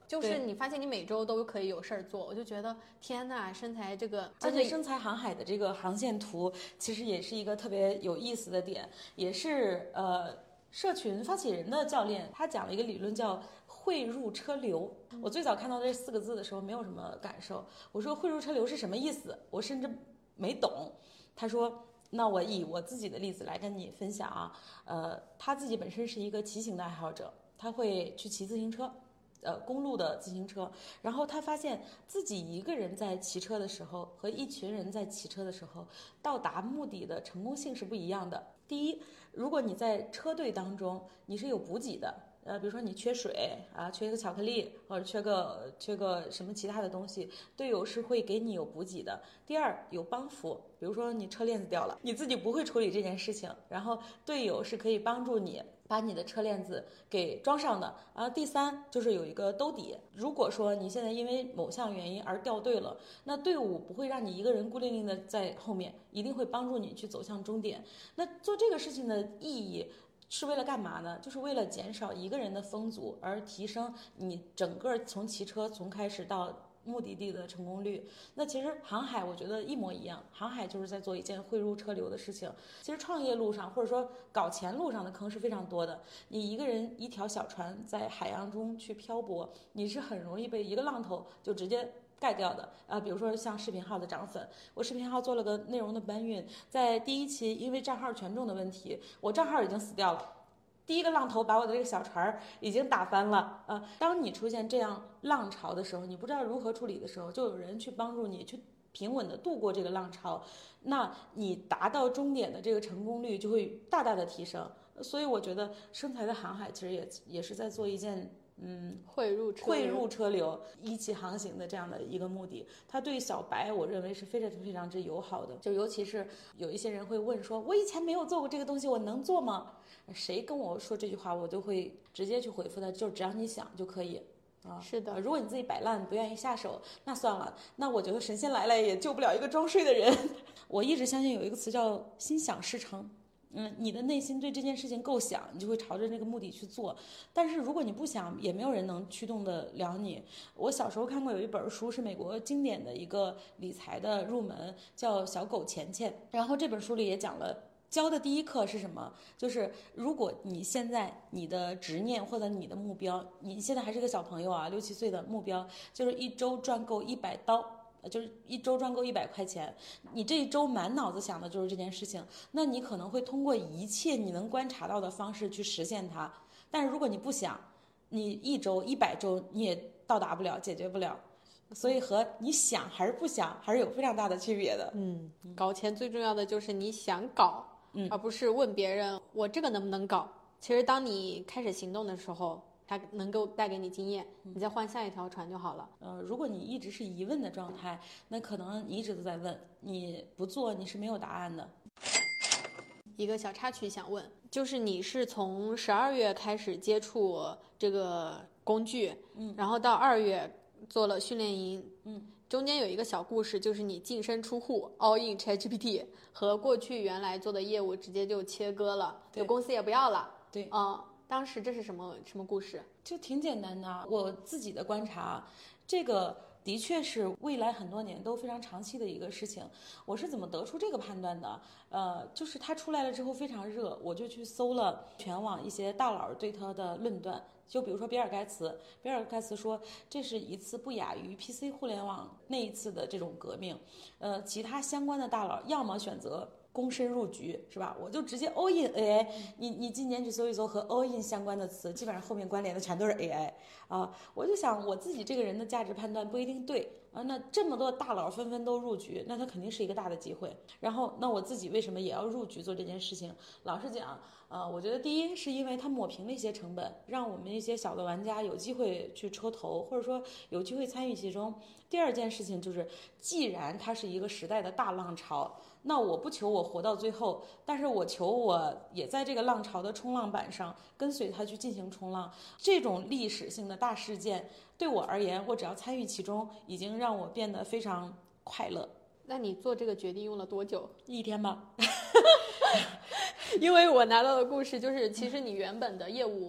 就是你发现你每周都可以有事儿做，我就觉得天呐，身材这个， 而且深材航海的这个航线图其实也是一个特别有意思的点，也是呃社群发起人的教练他讲了一个理论叫汇入车流。我最早看到这四个字的时候没有什么感受，我说汇入车流是什么意思，我甚至没懂。他说那我以我自己的例子来跟你分享啊，呃，他自己本身是一个骑行的爱好者，他会去骑自行车，呃，公路的自行车，然后他发现自己一个人在骑车的时候和一群人在骑车的时候，到达目的的成功性是不一样的。第一，如果你在车队当中你是有补给的。呃，比如说你缺水啊，缺个巧克力，或者缺个缺个什么其他的东西，队友是会给你有补给的。第二，有帮扶，比如说你车链子掉了，你自己不会处理这件事情，然后队友是可以帮助你把你的车链子给装上的。啊，第三就是有一个兜底，如果说你现在因为某项原因而掉队了，那队伍不会让你一个人孤零零的在后面，一定会帮助你去走向终点。那做这个事情的意义是为了干嘛呢？就是为了减少一个人的风阻，而提升你整个从骑车从开始到目的地的成功率。那其实航海我觉得一模一样，航海就是在做一件汇入车流的事情。其实创业路上或者说搞钱路上的坑是非常多的，你一个人一条小船在海洋中去漂泊，你是很容易被一个浪头就直接盖掉的啊、呃，比如说像视频号的涨粉，我视频号做了个内容的搬运，在第一期因为账号权重的问题，我账号已经死掉了。第一个浪头把我的这个小船已经打翻了，呃，当你出现这样浪潮的时候，你不知道如何处理的时候，就有人去帮助你去平稳的度过这个浪潮，那你达到终点的这个成功率就会大大的提升。所以我觉得生财的航海其实也也是在做一件。嗯， 汇入车汇入车流一起航行的这样的一个目的，它对小白我认为是非常非常之友好的。就尤其是有一些人会问说，我以前没有做过这个东西，我能做吗？谁跟我说这句话，我就会直接去回复他，就只要你想就可以。啊， 是的， 如果你自己摆烂不愿意下手，那算了，那我觉得神仙来了也救不了一个装睡的人。我一直相信有一个词叫心想事成。嗯，你的内心对这件事情够想，你就会朝着这个目的去做。但是如果你不想，也没有人能驱动得了你。我小时候看过有一本书，是美国经典的一个理财的入门，叫《小狗钱钱》。然后这本书里也讲了，教的第一课是什么？就是如果你现在你的执念或者你的目标，你现在还是个小朋友啊，六七岁的目标就是一周赚够一百刀。就是一周赚够一百块钱，你这一周满脑子想的就是这件事情，那你可能会通过一切你能观察到的方式去实现它。但是如果你不想，你一周一百周你也到达不了，解决不了。所以和你想还是不想还是有非常大的区别的。 嗯，搞钱最重要的就是你想搞， 嗯， 而不是问别人我这个能不能搞。其实当你开始行动的时候，它能够带给你经验，你再换下一条船就好了。 呃，如果你一直是疑问的状态，那可能你一直都在问，你不做你是没有答案的。 一个小插曲想问，就是你是从十二月开始接触这个工具， 嗯， 然后到二月做了训练营， 嗯， 中间有一个小故事，就是你净身出户 all in ChatGPT 和过去原来做的业务直接就切割了，有公司也不要了。 对， 嗯。当时这是什么什么故事？ 就挺简单的，我自己的观察，这个的确是未来很多年都非常长期的一个事情。我是怎么得出这个判断的？呃，就是它出来了之后非常热，我就去搜了全网一些大佬对它的论断。就比如说比尔盖茨，比尔盖茨说这是一次不亚于 P C 互联网那一次的这种革命。呃，其他相关的大佬要么选择躬身入局，是吧？我就直接 all in A I。你你今年去搜一搜和 all in 相关的词，基本上后面关联的全都是 A I 啊。我就想我自己这个人的价值判断不一定对啊。那这么多大佬纷纷都入局，那他肯定是一个大的机会。然后那我自己为什么也要入局做这件事情？老实讲，呃，我觉得第一是因为它抹平了一些成本，让我们一些小的玩家有机会去抽头，或者说有机会参与其中。第二件事情就是，既然它是一个时代的大浪潮，那我不求我活到最后，但是我求我也在这个浪潮的冲浪板上跟随它去进行冲浪。这种历史性的大事件对我而言，我只要参与其中，已经让我变得非常快乐。 那你做这个决定用了多久？ 一天吧。 因为我拿到的故事就是，其实你原本的业务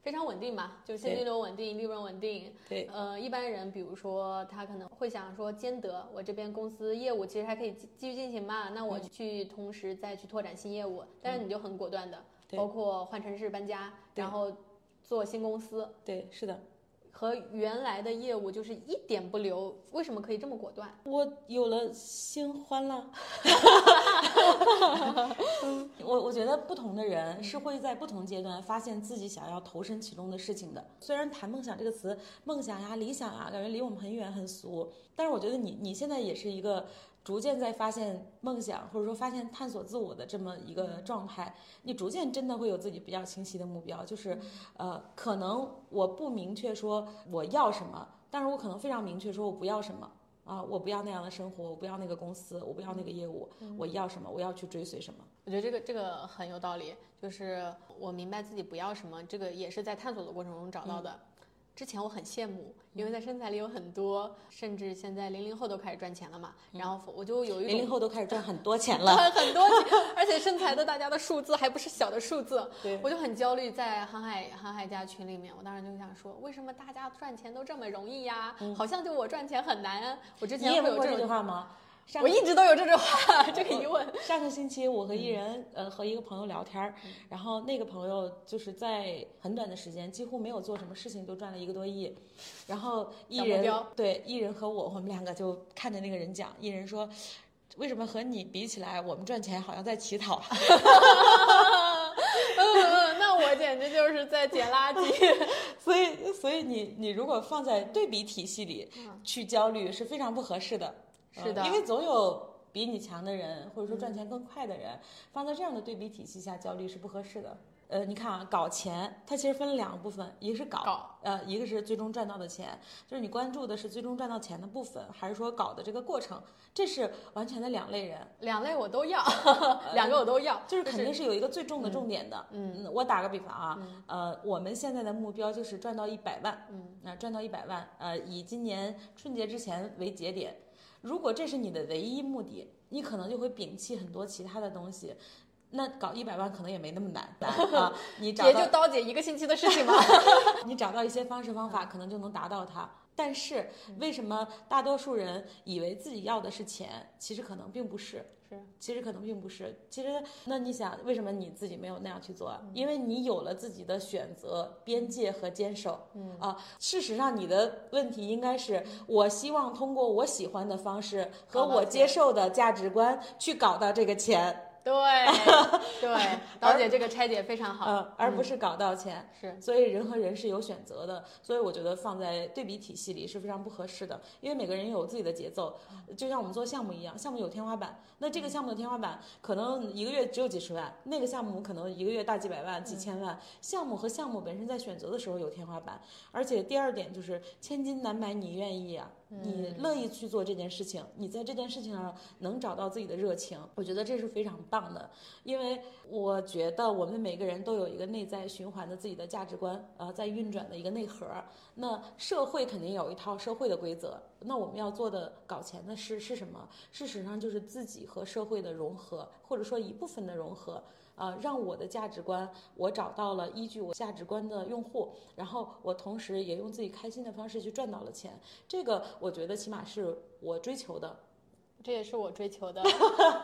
非常稳定嘛，就现金流稳定，利润稳定。 对， 呃，一般人比如说他可能会想说兼得，我这边公司业务其实还可以继继续进行嘛，那我去同时再去拓展新业务，但是你就很果断的，包括换城市搬家，然后做新公司。 对，是的。 和原来的业务就是一点不留，为什么可以这么果断？ 我有了新欢了。我我觉得不同的人是会在不同阶段发现自己想要投身其中的事情的。虽然谈梦想这个词，梦想呀、理想呀，感觉离我们很远很俗，但是我觉得你你现在也是一个逐渐在发现梦想，或者说发现探索自我的这么一个状态。你逐渐真的会有自己比较清晰的目标，就是呃，可能我不明确说我要什么，但是我可能非常明确说我不要什么。啊，我不要那样的生活，我不要那个公司，我不要那个业务，嗯、我要什么，我要去追随什么。 我觉得这个这个很有道理，就是我明白自己不要什么，这个也是在探索的过程中找到的。嗯、之前我很羡慕，因为在生财里有很多，甚至现在零零后都开始赚钱了嘛，嗯、然后我就有一种零零后都开始赚很多钱了， 很多钱，而且生财的大家的数字还不是小的数字， 对， 我就很焦虑。在航海航海家群里面，我当时就想说，为什么大家赚钱都这么容易呀？嗯、好像就我赚钱很难。我之前会有这种这句话吗？ 我一直都有这句话，这个疑问。 上个星期我和艺人、嗯、呃和一个朋友聊天，嗯、然后那个朋友就是在很短的时间，几乎没有做什么事情就赚了一个多亿，然后艺人对艺人和我我们两个就看着那个人讲，艺人说，为什么和你比起来，我们赚钱好像在乞讨。 嗯，那我简直就是在捡垃圾。 所以，所以你你如果放在对比体系里去焦虑是非常不合适的。 是的、 呃，因为总有比你强的人，或者说赚钱更快的人，嗯、放在这样的对比体系下焦虑是不合适的。呃，你看啊，搞钱它其实分了两个部分，一个是搞， 搞呃，一个是最终赚到的钱，就是你关注的是最终赚到钱的部分，还是说搞的这个过程，这是完全的两类人。 两类我都要，两个我都要， 就是肯定是有一个最重的重点的。 嗯， 嗯我打个比方啊，嗯、呃，我们现在的目标就是赚到一百万， 嗯， 那、呃、赚到一百万，呃，以今年春节之前为节点。如果这是你的唯一目的，你可能就会摒弃很多其他的东西。那搞一百万可能也没那么难啊，你找到也就刀姐一个星期的事情嘛。 你找到一些方式方法，可能就能达到它。但是为什么大多数人以为自己要的是钱，其实可能并不是。 是， 其实可能并不是。其实，那你想，为什么你自己没有那样去做？嗯、因为你有了自己的选择、边界和坚守。 嗯啊，事实上，你的问题应该是：我希望通过我喜欢的方式和我接受的价值观去搞到这个钱。 对对，刀姐这个拆解非常好， 呃，而不是搞到钱。 是， 所以人和人是有选择的，所以我觉得放在对比体系里是非常不合适的，因为每个人有自己的节奏，就像我们做项目一样，项目有天花板，那这个项目的天花板可能一个月只有几十万，那个项目可能一个月大几百万、几千万。项目和项目本身在选择的时候有天花板，而且第二点就是千金难买你愿意啊。你乐意去做这件事情，你在这件事情上能找到自己的热情，我觉得这是非常棒的。因为我觉得我们每个人都有一个内在循环的自己的价值观，呃，在运转的一个内核。那社会肯定有一套社会的规则，那我们要做的搞钱的事是什么？事实上就是自己和社会的融合，或者说一部分的融合。呃，让我的价值观，我找到了依据我价值观的用户，然后我同时也用自己开心的方式去赚到了钱，这个我觉得起码是我追求的， 这也是我追求的。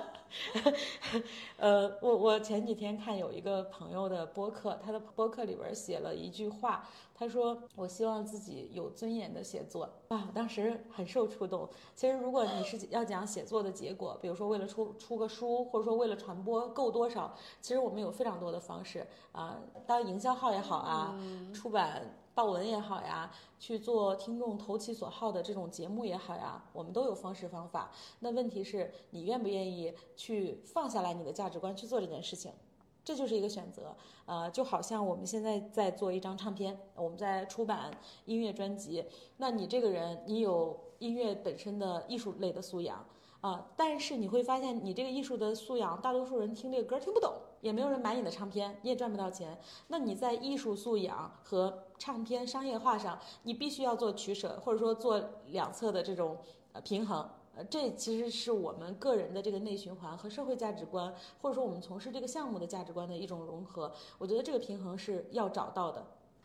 呃，我我前几天看有一个朋友的播客，他的播客里边写了一句话，他说：“我希望自己有尊严的写作。”啊，我当时很受触动。其实，如果你是要讲写作的结果，比如说为了出出个书，或者说为了传播够多少，其实我们有非常多的方式啊，当营销号也好啊， 嗯、 出版报文也好呀，去做听众投其所好的这种节目也好呀，我们都有方式方法。那问题是你愿不愿意去放下来你的价值观去做这件事情？这就是一个选择，呃，就好像我们现在在做一张唱片，我们在出版音乐专辑，那你这个人，你有音乐本身的艺术类的素养啊、呃，但是你会发现，你这个艺术的素养，大多数人听这个歌听不懂，也没有人买你的唱片，你也赚不到钱。那你在艺术素养和唱片商业化上，你必须要做取舍，或者说做两侧的这种呃平衡。这其实是我们个人的这个内循环和社会价值观，或者说我们从事这个项目的价值观的一种融合。我觉得这个平衡是要找到的。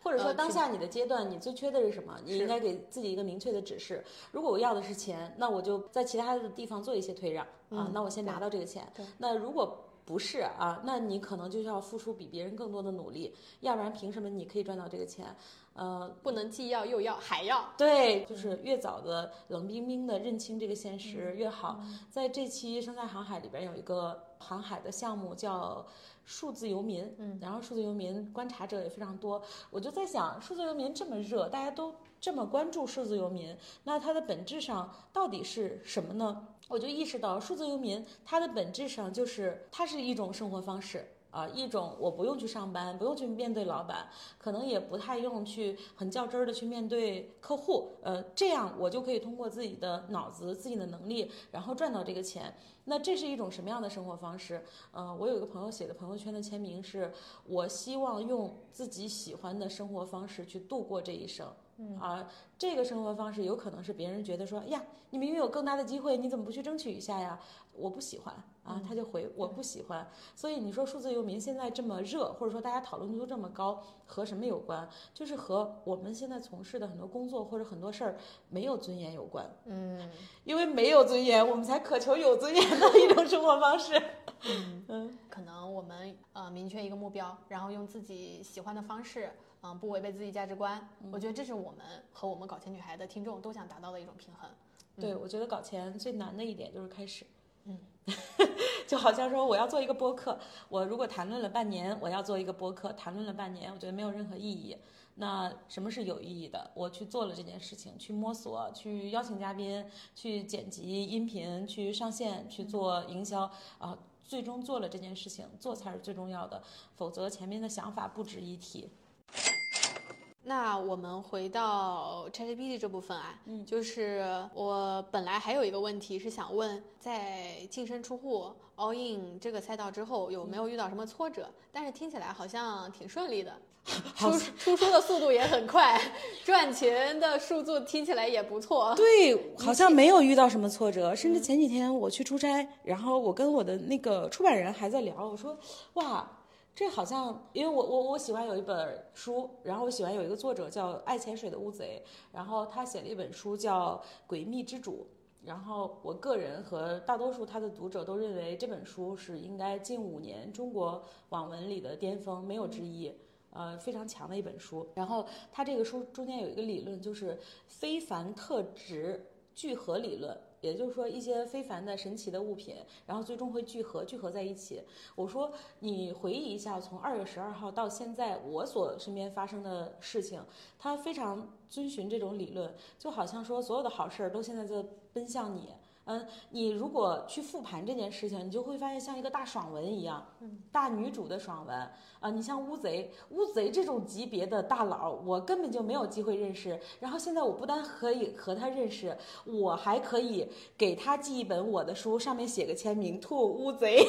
或者说当下你的阶段你最缺的是什么，你应该给自己一个明确的指示。如果我要的是钱，那我就在其他的地方做一些退让、嗯、啊，那我先拿到这个钱。那如果不是啊，那你可能就是要付出比别人更多的努力，要不然凭什么你可以赚到这个钱？呃， 不能既要又要还要。 对，就是越早的冷冰冰的认清这个现实越好。嗯、在这期生态航海里边有一个航海的项目叫数字游民，嗯，然后数字游民观察者也非常多。我就在想，数字游民这么热，大家都这么关注数字游民，那它的本质上到底是什么呢？我就意识到，数字游民它的本质上就是它是一种生活方式。啊，一种我不用去上班，不用去面对老板，可能也不太用去很较真儿的去面对客户，呃，这样我就可以通过自己的脑子、自己的能力，然后赚到这个钱。那这是一种什么样的生活方式？呃，我有一个朋友写的朋友圈的签名是：我希望用自己喜欢的生活方式去度过这一生。嗯啊，这个生活方式有可能是别人觉得说，呀，你明明有更大的机会，你怎么不去争取一下呀？我不喜欢啊，他就回我不喜欢。所以你说数字游民现在这么热，或者说大家讨论度这么高，和什么有关？就是和我们现在从事的很多工作或者很多事儿没有尊严有关。嗯，因为没有尊严，我们才渴求有尊严的一种生活方式。 嗯嗯，可能我们呃明确一个目标，然后用自己喜欢的方式。嗯，不违背自己价值观、嗯，我觉得这是我们和我们搞钱女孩的听众都想达到的一种平衡。 嗯、对，我觉得搞钱最难的一点就是开始。嗯，就好像说我要做一个播客，我如果谈论了半年，我要做一个播客，谈论了半年，我觉得没有任何意义。那什么是有意义的？我去做了这件事情，去摸索，去邀请嘉宾，去剪辑音频，去上线，去做营销啊，最终做了这件事情，做才是最重要的，否则前面的想法不值一提。 那我们回到 ChatGPT 这部分啊，嗯，就是我本来还有一个问题是想问，在净身出户 all in 这个赛道之后，有没有遇到什么挫折？嗯、但是听起来好像挺顺利的，出出书的速度也很快，赚钱的数字听起来也不错。 对，好像没有遇到什么挫折，甚至前几天我去出差，然后我跟我的那个出版人还在聊，我说，哇。这好像，因为我我我喜欢有一本书，然后我喜欢有一个作者叫爱潜水的乌贼，然后他写了一本书叫《诡秘之主》，然后我个人和大多数他的读者都认为这本书是应该近五年中国网文里的巅峰，没有之一。呃，非常强的一本书。然后他这个书中间有一个理论，就是非凡特质聚合理论。也就是说，一些非凡的、神奇的物品，然后最终会聚合，聚合在一起。我说，你回忆一下，从二月十二号到现在，我所身边发生的事情，它非常遵循这种理论，就好像说，所有的好事儿都现在在奔向你。嗯，你如果去复盘这件事情，你就会发现像一个大爽文一样，嗯，大女主的爽文啊、呃。你像乌贼，乌贼这种级别的大佬，我根本就没有机会认识。然后现在我不但可以和他认识，我还可以给他寄一本我的书，上面写个签名，兔乌贼。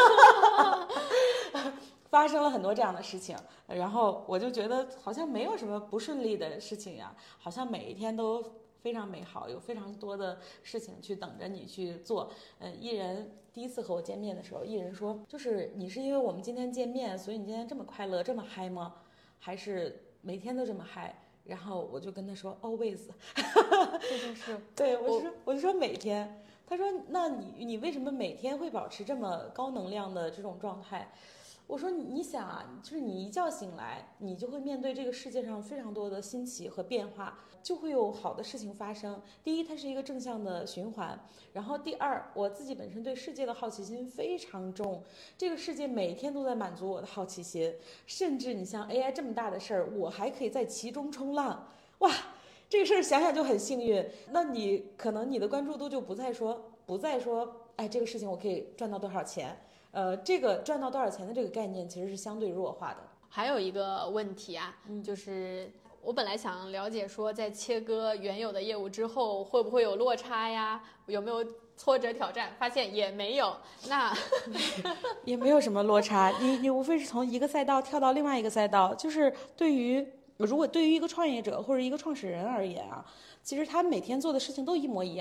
发生了很多这样的事情，然后我就觉得好像没有什么不顺利的事情呀，好像每一天都非常美好，有非常多的事情去等着你去做。嗯，艺人第一次和我见面的时候，艺人说，就是你是因为我们今天见面，所以你今天这么快乐，这么嗨吗？还是每天都这么嗨？然后我就跟他说 always。 这就是对，我就说我就说每天。他说那你你为什么每天会保持这么高能量的这种状态？我说你想啊，就是你一觉醒来，你就会面对这个世界上非常多的新奇和变化，就会有好的事情发生。第一，它是一个正向的循环，然后第二，我自己本身对世界的好奇心非常重，这个世界每天都在满足我的好奇心，甚至你像 A I 这么大的事儿，我还可以在其中冲浪，哇，这个事儿想想就很幸运。那你可能你的关注度就不再说不再说，哎，这个事情我可以赚到多少钱。呃，这个赚到多少钱的这个概念其实是相对弱化的。 还有一个问题啊，嗯、就是我本来想了解说，在切割原有的业务之后，会不会有落差呀？有没有挫折挑战？发现也没有，那也没有什么落差。你你无非是从一个赛道跳到另外一个赛道，就是对于如果对于一个创业者或者一个创始人而言啊，其实他每天做的事情都一模一样。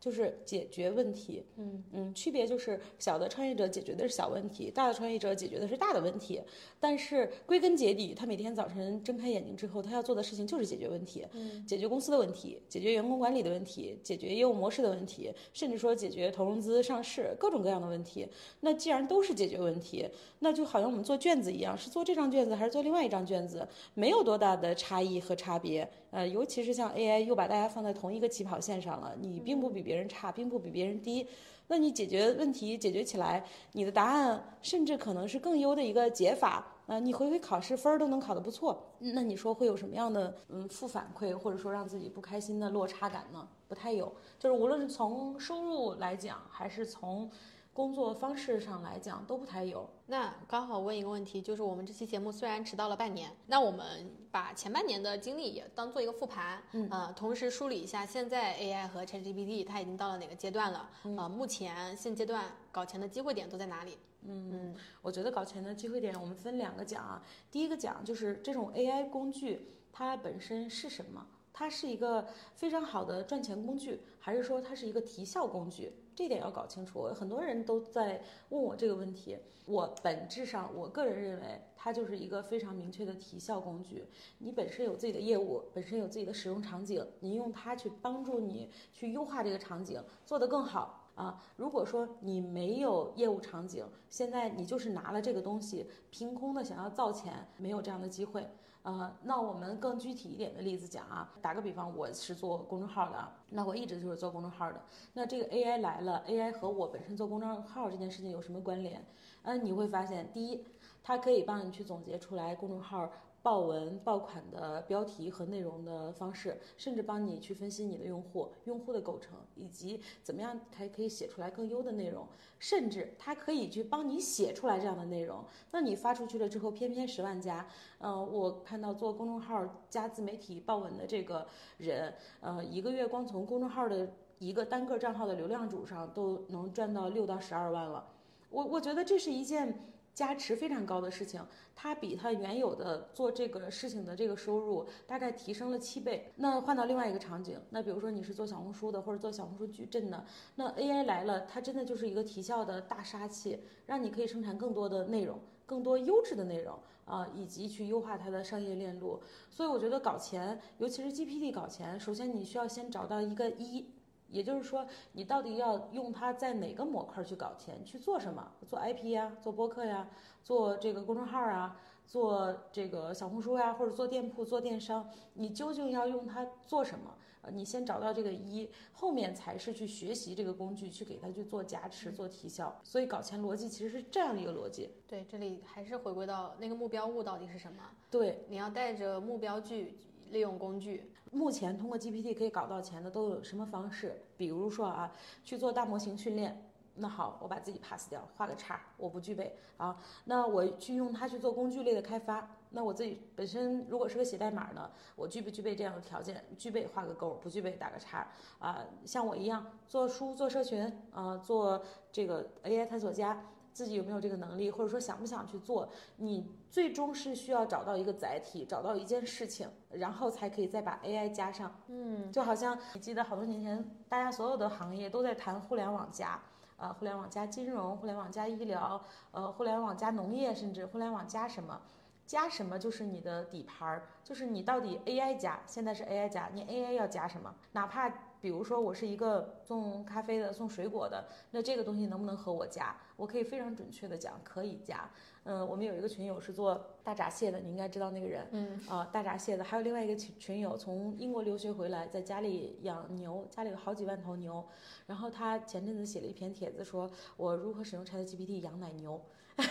就是解决问题。 嗯嗯，区别就是小的创业者解决的是小问题，大的创业者解决的是大的问题。但是归根结底，他每天早晨睁开眼睛之后，他要做的事情就是解决问题， 嗯， 解决公司的问题，解决员工管理的问题，解决业务模式的问题，甚至说解决投融资、上市各种各样的问题。那既然都是解决问题，那就好像我们做卷子一样，是做这张卷子还是做另外一张卷子，没有多大的差异和差别。呃，尤其是像 A I 又把大家放在同一个起跑线上了，你并不比别人差，并不比别人低。那你解决问题解决起来，你的答案甚至可能是更优的一个解法。啊、呃，你回回考试分儿都能考得不错，那你说会有什么样的嗯负反馈，或者说让自己不开心的落差感呢？不太有。就是无论是从收入来讲，还是从工作方式上来讲，都不太有。 那刚好问一个问题，就是我们这期节目虽然迟到了半年，那我们把前半年的经历也当做一个复盘，嗯，呃，同时梳理一下现在 A I 和 ChatGPT 它已经到了哪个阶段了，嗯、呃，目前现阶段搞钱的机会点都在哪里？ 嗯嗯，我觉得搞钱的机会点我们分两个讲啊。第一个讲就是这种 A I 工具它本身是什么？它是一个非常好的赚钱工具，还是说它是一个提效工具？这点要搞清楚。很多人都在问我这个问题。我本质上，我个人认为它就是一个非常明确的提效工具。你本身有自己的业务，本身有自己的使用场景，你用它去帮助你去优化这个场景，做得更好。啊，如果说你没有业务场景，现在你就是拿了这个东西，凭空的想要造钱，没有这样的机会。呃，那我们更具体一点的例子讲啊，打个比方，我是做公众号的，那我一直就是做公众号的。那这个 A I 来了 ，A I 和我本身做公众号这件事情有什么关联？嗯，你会发现，第一，它可以帮你去总结出来公众号报文爆款的标题和内容的方式，甚至帮你去分析你的用户、用户的构成，以及怎么样才可以写出来更优的内容，甚至它可以去帮你写出来这样的内容。那你发出去了之后，偏偏十万加，呃，我看到做公众号加自媒体爆文的这个人，呃，一个月光从公众号的一个单个账号的流量主上都能赚到六到十二万了。我我觉得这是一件加持非常高的事情，它比它原有的做这个事情的这个收入大概提升了七倍。那换到另外一个场景，那比如说你是做小红书的，或者做小红书矩阵的，那 A I 来了，它真的就是一个提效的大杀器，让你可以生产更多的内容，更多优质的内容啊、呃，以及去优化它的商业链路。所以我觉得搞钱，尤其是 G P T 搞钱，首先你需要先找到一个一。也就是说，你到底要用它在哪个模块去搞钱？去做什么？做 I P 呀，做播客呀，做这个公众号啊，做这个小红书呀，或者做店铺、做电商，你究竟要用它做什么？呃，你先找到这个一，后面才是去学习这个工具，去给它去做加持、做提效。所以搞钱逻辑其实是这样的一个逻辑。 对，这里还是回归到那个目标物到底是什么？ 对， 你要带着目标句，利用工具。 目前通过 G P T 可以搞到钱的都有什么方式？比如说啊，去做大模型训练。那好，我把自己 pass 掉，画个叉，我不具备啊。那我去用它去做工具类的开发。那我自己本身如果是个写代码的，我具不具备这样的条件？具备画个勾，不具备打个叉啊。像我一样做书、做社群啊，做这个 A I 探索家。自己有没有这个能力，或者说想不想去做？你最终是需要找到一个载体，找到一件事情，然后才可以再把 A I 加上。 嗯， 就好像你记得好多年前，大家所有的行业都在谈互联网加，呃，互联网加金融，互联网加医疗，呃，互联网加农业，甚至互联网加什么？加什么就是你的底盘儿，就是你到底 A I 加，现在是 A I 加，你 A I 要加什么？哪怕比如说我是一个送咖啡的、送水果的，那这个东西能不能和我加？我可以非常准确的讲，可以加。嗯，我们有一个群友是做大闸蟹的，你应该知道那个人。 嗯啊、呃，大闸蟹的，还有另外一个群群友从英国留学回来，在家里养牛，家里有好几万头牛。然后他前阵子写了一篇帖子，说我如何使用 ChatGPT 养奶牛。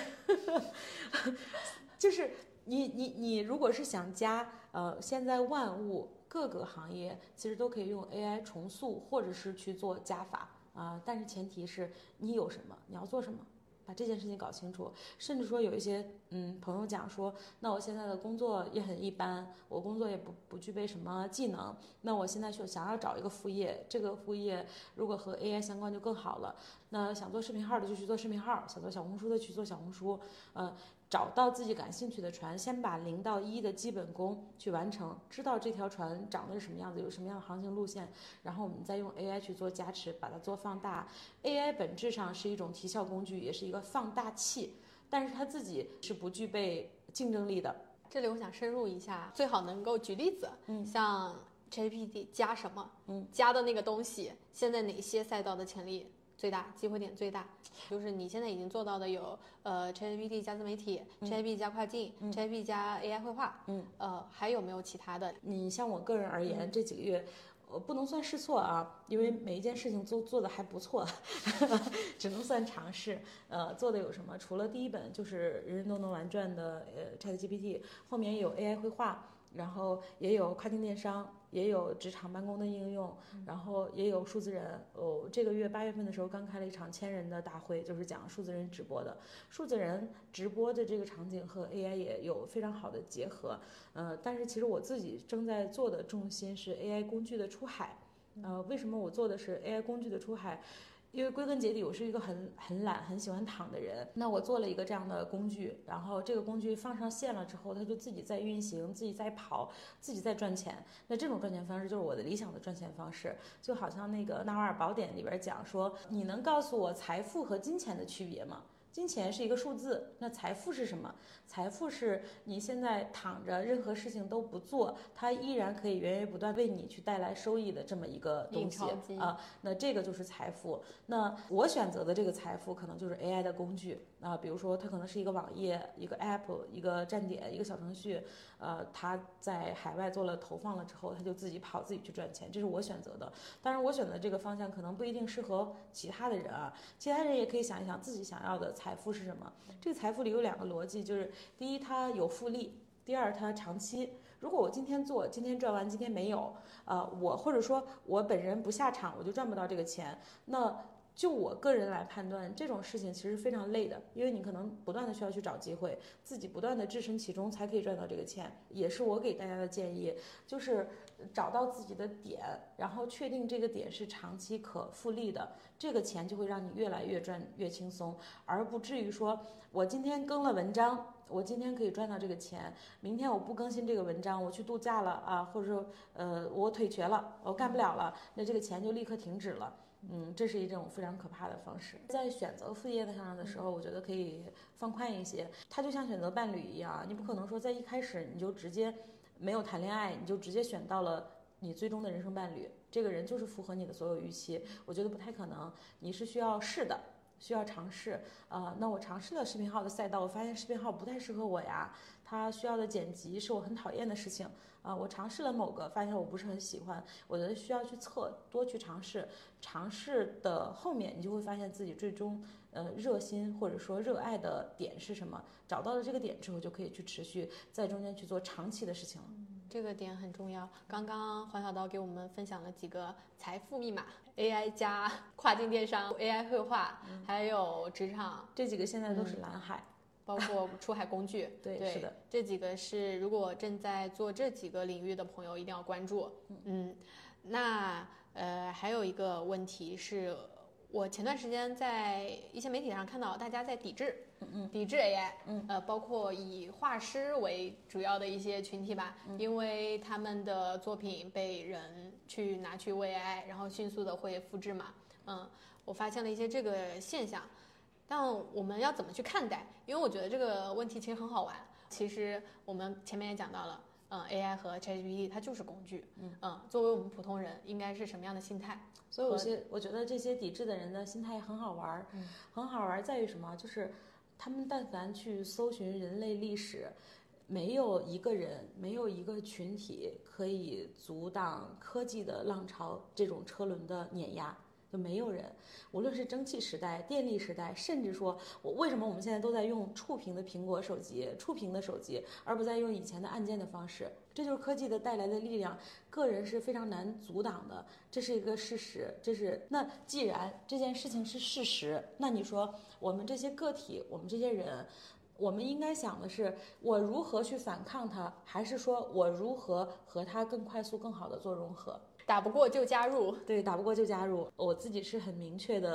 就是你你你如果是想加，呃，现在万物各个行业其实都可以用 A I 重塑，或者是去做加法啊、呃，但是前提是你有什么，你要做什么。把这件事情搞清楚，甚至说有一些嗯朋友讲说，那我现在的工作也很一般，我工作也不不具备什么技能，那我现在就想要找一个副业，这个副业如果和 A I 相关就更好了。 那想做视频号的就去做视频号，想做小红书的去做小红书，呃。找到自己感兴趣的船，先把零到一的基本功去完成，知道这条船长得是什么样子，有什么样的航行路线，然后我们再用 A I 去做加持，把它做放大。A I 本质上是一种提效工具，也是一个放大器，但是它自己是不具备竞争力的。 这里我想深入一下，最好能够举例子，嗯，像 ChatGPT 加什么，嗯，加的那个东西，现在哪些赛道的潜力最大，机会点最大？就是你现在已经做到的有，呃 ChatGPT 加自媒体、嗯、ChatGPT 加跨境、嗯、ChatGPT 加 A I 绘画，嗯，呃，还有没有其他的？ 你像我个人而言， 嗯、 这几个月。我不能算试错啊，因为每一件事情都做的还不错，只能算尝试。呃，做的有什么？除了第一本就是人人都能玩转的呃 ChatGPT， 后面也有 A I 绘画，然后也有跨境电商，也有职场办公的应用，然后也有数字人。哦，这个月八月份的时候刚开了一场千人的大会，就是讲数字人直播的。数字人直播的这个场景和 A I 也有非常好的结合。呃，但是其实我自己正在做的重心是 A I 工具的出海。呃，为什么我做的是 A I 工具的出海？因为归根结底，我是一个很很懒、很喜欢躺的人。那我做了一个这样的工具，然后这个工具放上线了之后，它就自己在运行、自己在跑、自己在赚钱。那这种赚钱方式就是我的理想的赚钱方式。就好像那个《纳瓦尔宝典》里边讲说，你能告诉我财富和金钱的区别吗？金钱是一个数字，那财富是什么？财富是你现在躺着，任何事情都不做，它依然可以源源不断为你去带来收益的这么一个东西啊。那这个就是财富。那我选择的这个财富可能就是 A I 的工具啊，比如说它可能是一个网页、一个 App、一个站点、一个小程序，呃，它在海外做了投放了之后，它就自己跑、自己去赚钱，这是我选择的。当然，我选择这个方向可能不一定适合其他的人啊，其他人也可以想一想自己想要的财富是什么。这个财富里有两个逻辑，就是第一，它有复利；第二，它长期。如果我今天做，今天赚完，今天没有，呃，我或者说我本人不下场，我就赚不到这个钱。那就我个人来判断，这种事情其实非常累的，因为你可能不断的需要去找机会，自己不断的置身其中才可以赚到这个钱。也是我给大家的建议，就是找到自己的点，然后确定这个点是长期可复利的，这个钱就会让你越来越赚越轻松，而不至于说我今天更了文章，我今天可以赚到这个钱，明天我不更新这个文章，我去度假了啊，或者说呃我腿瘸了，我干不了了，那这个钱就立刻停止了。嗯，这是一种非常可怕的方式。在选择副业上的时候，我觉得可以放宽一些。它就像选择伴侣一样，你不可能说在一开始你就直接没有谈恋爱，你就直接选到了你最终的人生伴侣，这个人就是符合你的所有预期，我觉得不太可能。你是需要试的，需要尝试。呃，那我尝试了视频号的赛道，我发现视频号不太适合我呀，它需要的剪辑是我很讨厌的事情。啊、呃，我尝试了某个，发现我不是很喜欢，我觉得需要去测，多去尝试。尝试的后面，你就会发现自己最终呃热心或者说热爱的点是什么。找到了这个点之后，就可以去持续在中间去做长期的事情了。 嗯，这个点很重要。刚刚黄小刀给我们分享了几个财富密码 ：A I 加跨境电商、A I 绘画，嗯、还有职场， 这几个现在都是蓝海。 嗯，包括出海工具， 对, 对， 是的， 这几个是如果正在做这几个领域的朋友一定要关注。嗯，那呃还有一个问题是，我前段时间在一些媒体上看到大家在抵制，嗯嗯，抵制 A I，嗯，呃，包括以画师为主要的一些群体吧，嗯，因为他们的作品被人去拿去为 A I， 然后迅速的会复制嘛，嗯，我发现了一些这个现象。但我们要怎么去看待？因为我觉得这个问题其实很好玩。其实我们前面也讲到了，嗯 ，A I 和 ChatGPT 它就是工具，嗯嗯，作为我们普通人应该是什么样的心态？ 所以有些我觉得这些抵制的人的心态很好玩，嗯，很好玩在于什么？就是他们但凡去搜寻人类历史，没有一个人，没有一个群体可以阻挡科技的浪潮这种车轮的碾压。就没有人，无论是蒸汽时代、电力时代，甚至说我为什么我们现在都在用触屏的苹果手机、触屏的手机，而不再用以前的按键的方式？这就是科技的带来的力量，个人是非常难阻挡的，这是一个事实。这是那既然这件事情是事实，那你说我们这些个体，我们这些人。我们应该想的是，我如何去反抗它，还是说我如何和它更快速、更好的做融合？ 打不过就加入， 对，打不过就加入。我自己是很明确的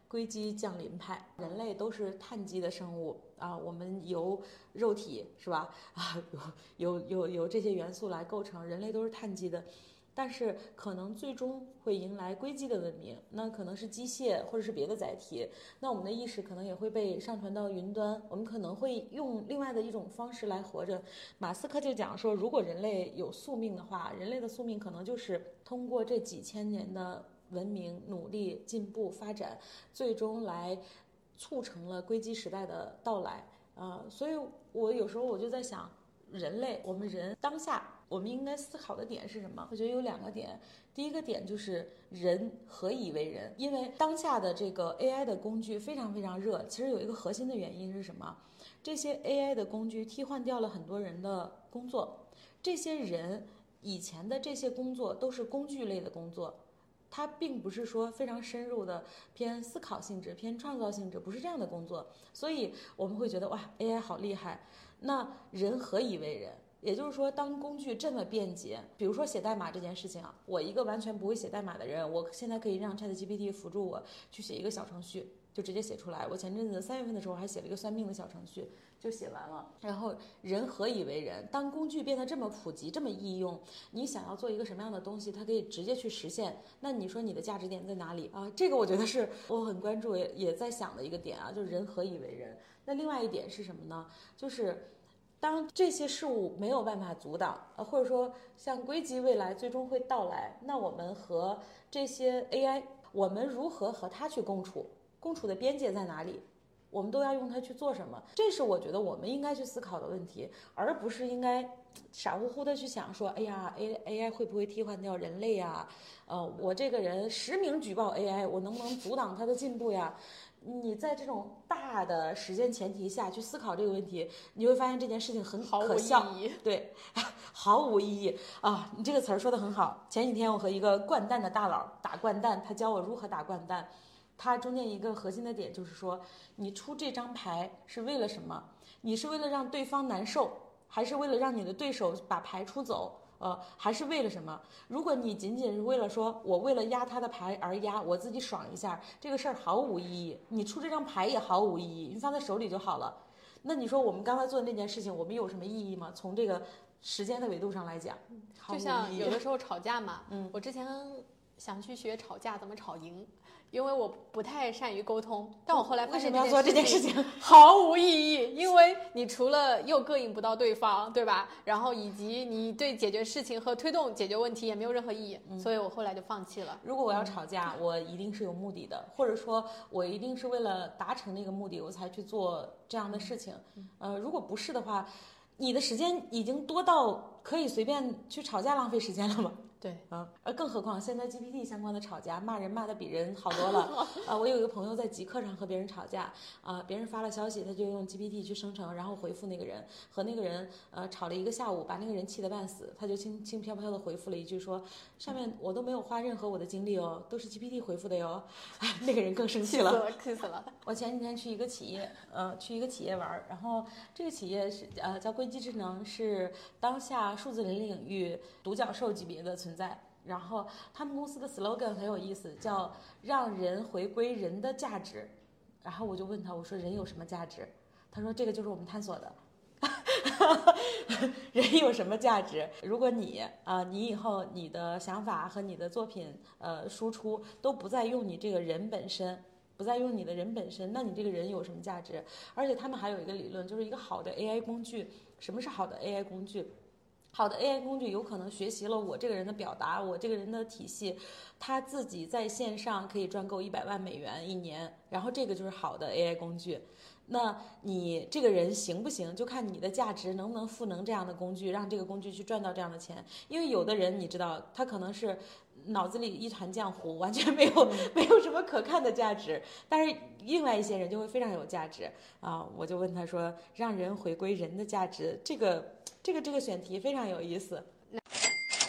硅基降临派。人类都是碳基的生物啊，我们由肉体是吧啊，由由由由这些元素来构成，人类都是碳基的。但是可能最终会迎来硅基的文明，那可能是机械或者是别的载体，那我们的意识可能也会被上传到云端，我们可能会用另外的一种方式来活着。马斯克就讲说，如果人类有宿命的话，人类的宿命可能就是通过这几千年的文明努力进步发展，最终来促成了硅基时代的到来啊、呃。所以我有时候我就在想，人类我们人当下我们应该思考的点是什么？我觉得有两个点。第一个点就是人何以为人？因为当下的这个 A I 的工具非常非常热，其实有一个核心的原因是什么？这些 A I 的工具替换掉了很多人的工作，这些人以前的这些工作都是工具类的工作，它并不是说非常深入的偏思考性质、偏创造性质，不是这样的工作，所以我们会觉得哇 A I 好厉害。那人何以为人？也就是说，当工具这么便捷，比如说写代码这件事情啊，我一个完全不会写代码的人，我现在可以让 ChatGPT 辅助我去写一个小程序，就直接写出来。我前阵子三月份的时候还写了一个算命的小程序，就写完了。然后人何以为人？当工具变得这么普及、这么易用，你想要做一个什么样的东西，它可以直接去实现。那你说你的价值点在哪里啊？这个我觉得是我很关注也也在想的一个点啊，就是人何以为人。那另外一点是什么呢？就是当这些事物没有办法阻挡，呃，或者说像硅基未来最终会到来，那我们和这些 A I， 我们如何和它去共处？共处的边界在哪里？我们都要用它去做什么？这是我觉得我们应该去思考的问题，而不是应该傻乎乎的去想说，哎呀 A A I 会不会替换掉人类呀？呃，我这个人实名举报 A I， 我能不能阻挡它的进步呀？你在这种大的时间前提下去思考这个问题，你会发现这件事情很可笑， 毫无意义。 对，毫无意义啊！你这个词儿说的很好。前几天我和一个掼蛋的大佬打掼蛋，他教我如何打掼蛋。他中间一个核心的点就是说，你出这张牌是为了什么？你是为了让对方难受，还是为了让你的对手把牌出走？呃，还是为了什么？如果你仅仅是为了说我为了压他的牌而压，我自己爽一下，这个事儿毫无意义。你出这张牌也毫无意义，你放在手里就好了。那你说我们刚才做的那件事情，我们有什么意义吗？从这个时间的维度上来讲， 就像有的时候吵架嘛，嗯，我之前想去学吵架怎么吵赢，因为我不太善于沟通，但我后来发现为什么要做这件事情毫无意义，因为你除了又膈应不到对方，对吧？然后以及你对解决事情和推动解决问题也没有任何意义，嗯、所以我后来就放弃了。 如果我要吵架，我一定是有目的的，或者说我一定是为了达成那个目的，我才去做这样的事情。呃，如果不是的话，你的时间已经多到可以随便去吵架浪费时间了吗？ 对， 啊，而更何况现在 G P T 相关的吵架，骂人骂的比人好多了。啊，我有一个朋友在极客上和别人吵架，啊，别人发了消息，他就用 G P T 去生成，然后回复那个人，和那个人呃吵了一个下午，把那个人气得半死，他就轻轻飘飘的回复了一句说，上面我都没有花任何我的精力哦，都是 G P T 回复的哟。那个人更生气了， 气死了。 我前几天去一个企业，呃，去一个企业玩，然后这个企业是呃叫硅基智能，是当下数字人领域独角兽级别的存在。然后他们公司的 slogan 很有意思，叫让人回归人的价值。然后我就问他，我说人有什么价值？他说这个就是我们探索的。人有什么价值？如果你啊、呃，你以后你的想法和你的作品呃输出都不再用你这个人本身，不再用你的人本身，那你这个人有什么价值？而且他们还有一个理论，就是一个好的 A I 工具。什么是好的 A I 工具？好的 A I 工具有可能学习了我这个人的表达，我这个人的体系，他自己在线上可以赚够一百万美元一年，然后这个就是好的 A I 工具。那你这个人行不行，就看你的价值能不能赋能这样的工具，让这个工具去赚到这样的钱。因为有的人你知道，他可能是脑子里一团浆糊，完全没有没有什么可看的价值，但是另外一些人就会非常有价值啊。我就问他说，让人回归人的价值，这个这个这个选题非常有意思。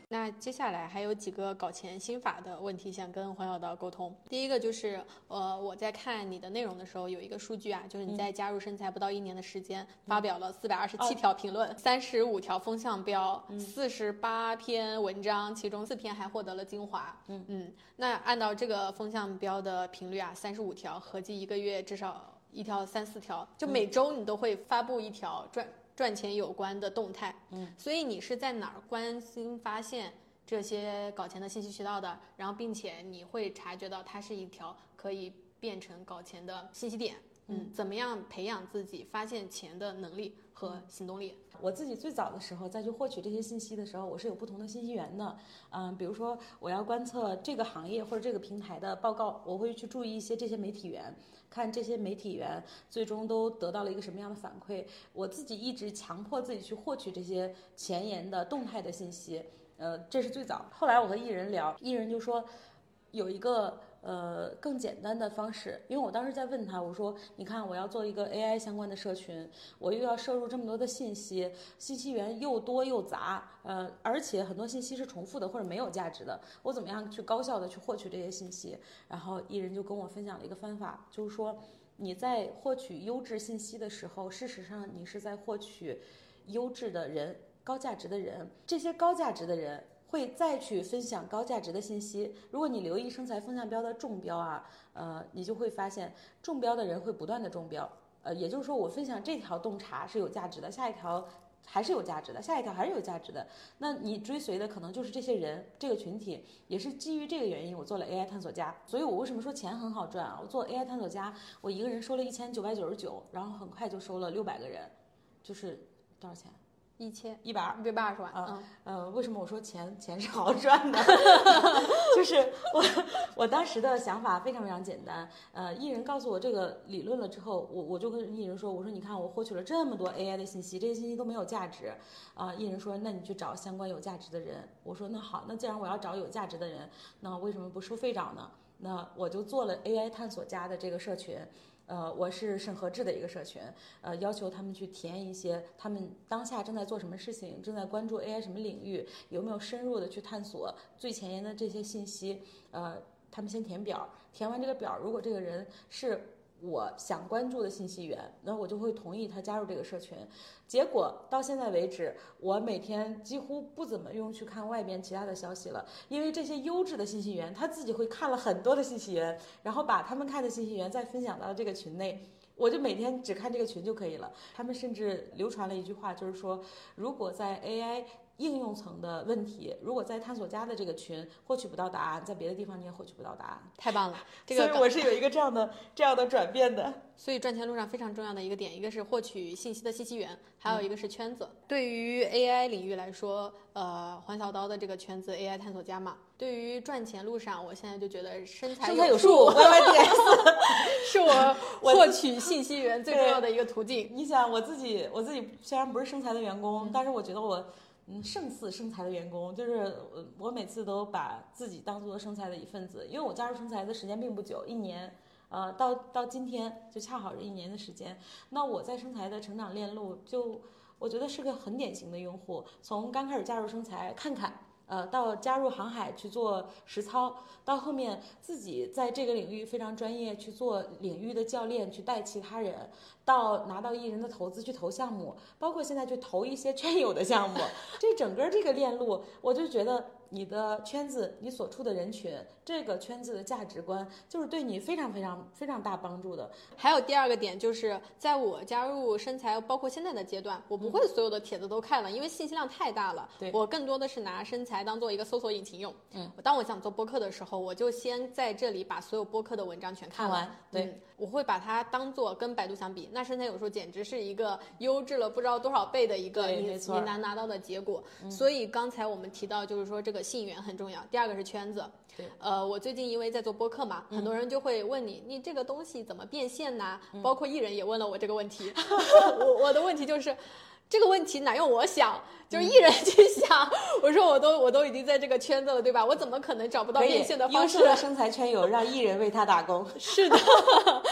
那接下来还有几个搞钱心法的问题想跟黄小刀沟通。第一个就是，呃，我在看你的内容的时候有一个数据啊，就是你在加入身材不到一年的时间，嗯、发表了四百二十七条评论，三十五条风向标，四十八篇文章，其中四篇还获得了精华。嗯嗯，那按照这个风向标的频率啊，三十五条，合计一个月至少一条三四条，就每周你都会发布一条赚。赚钱有关的动态，嗯，所以你是在哪儿关心发现这些搞钱的信息渠道的，然后并且你会察觉到它是一条可以变成搞钱的信息点，嗯，怎么样培养自己发现钱的能力和行动力？ 我自己最早的时候再去获取这些信息的时候，我是有不同的信息源的，嗯，比如说我要观测这个行业或者这个平台的报告，我会去注意一些这些媒体源，看这些媒体源最终都得到了一个什么样的反馈。我自己一直强迫自己去获取这些前沿的动态的信息，呃，这是最早。后来我和艺人聊，艺人就说有一个呃更简单的方式，因为我当时在问他，我说你看我要做一个 A I 相关的社群，我又要摄入这么多的信息，信息源又多又杂，呃，而且很多信息是重复的或者没有价值的，我怎么样去高效的去获取这些信息？然后艺人就跟我分享了一个方法，就是说你在获取优质信息的时候，事实上你是在获取优质的人，高价值的人，这些高价值的人会再去分享高价值的信息。如果你留意生财风向标的中标啊，呃，你就会发现中标的人会不断的中标。呃，也就是说，我分享这条洞察是有价值的，下一条还是有价值的，下一条还是有价值的。那你追随的可能就是这些人，这个群体。也是基于这个原因，我做了 A I 探索家。所以我为什么说钱很好赚啊？我做 A I 探索家，我一个人收了一千九百九十九，然后很快就收了六百个人，就是多少钱？ 一千一百二， 一百二十万啊、嗯，呃，为什么我说钱钱是好赚的？就是我我当时的想法非常非常简单，呃，艺人告诉我这个理论了之后，我我就跟艺人说，我说你看我获取了这么多 A I 的信息，这些信息都没有价值，啊、呃，艺人说那你去找相关有价值的人，我说那好，那既然我要找有价值的人，那为什么不收费找呢？那我就做了 A I 探索家的这个社群。呃，我是审核制的一个社群，呃，要求他们去填一些他们当下正在做什么事情，正在关注 A I 什么领域，有没有深入的去探索最前沿的这些信息，呃，他们先填表，填完这个表，如果这个人是我想关注的信息源，那我就会同意他加入这个社群。结果到现在为止，我每天几乎不怎么用去看外边其他的消息了，因为这些优质的信息源他自己会看了很多的信息源，然后把他们看的信息源再分享到这个群内，我就每天只看这个群就可以了。他们甚至流传了一句话，就是说如果在 A I应用层的问题，如果在探索家的这个群获取不到答案，在别的地方你也获取不到答案。 太棒了，这个所以我是有一个这样的这样的转变的。 所以赚钱路上非常重要的一个点，一个是获取信息的信息源，还有一个是圈子。嗯、对于 A I 领域来说，呃，黄小刀的这个圈子 A I 探索家嘛，对于赚钱路上，我现在就觉得身材有数 Y Y D S 是我获取信息源最重要的一个途径。 你想，我自己我自己虽然不是生财的员工，嗯、但是我觉得我。嗯，胜似生财的员工，就是我每次都把自己当做生财的一份子，因为我加入生财的时间并不久，一年，呃，到到今天就恰好是一年的时间。那我在生财的成长链路，就我觉得是个很典型的用户，从刚开始加入生财看看。呃，到加入航海去做实操，到后面自己在这个领域非常专业去做领域的教练，去带其他人，到拿到艺人的投资去投项目，包括现在去投一些圈友的项目，这整个这个链路，我就觉得你的圈子，你所处的人群，这个圈子的价值观，就是对你非常非常非常大帮助的。 还有第二个点，就是在我加入身材，包括现在的阶段，我不会所有的帖子都看了，嗯、因为信息量太大了。 对， 我更多的是拿身材当做一个搜索引擎用。嗯，当我想做播客的时候，我就先在这里把所有播客的文章全看完。对、嗯， 我会把它当做跟百度相比，那身材有时候简直是一个优质了不知道多少倍的一个你你难拿到的结果。嗯、所以刚才我们提到，就是说这个信源很重要。第二个是圈子。呃，我最近因为在做播客嘛，很多人就会问你，你这个东西怎么变现呢？嗯、包括艺人也问了我这个问题。我我的问题就是。这个问题哪用我想，就是艺人去想。嗯、我说我都我都已经在这个圈子了，对吧？我怎么可能找不到变现的方式？ 优秀的生财圈友让艺人为他打工。 是的。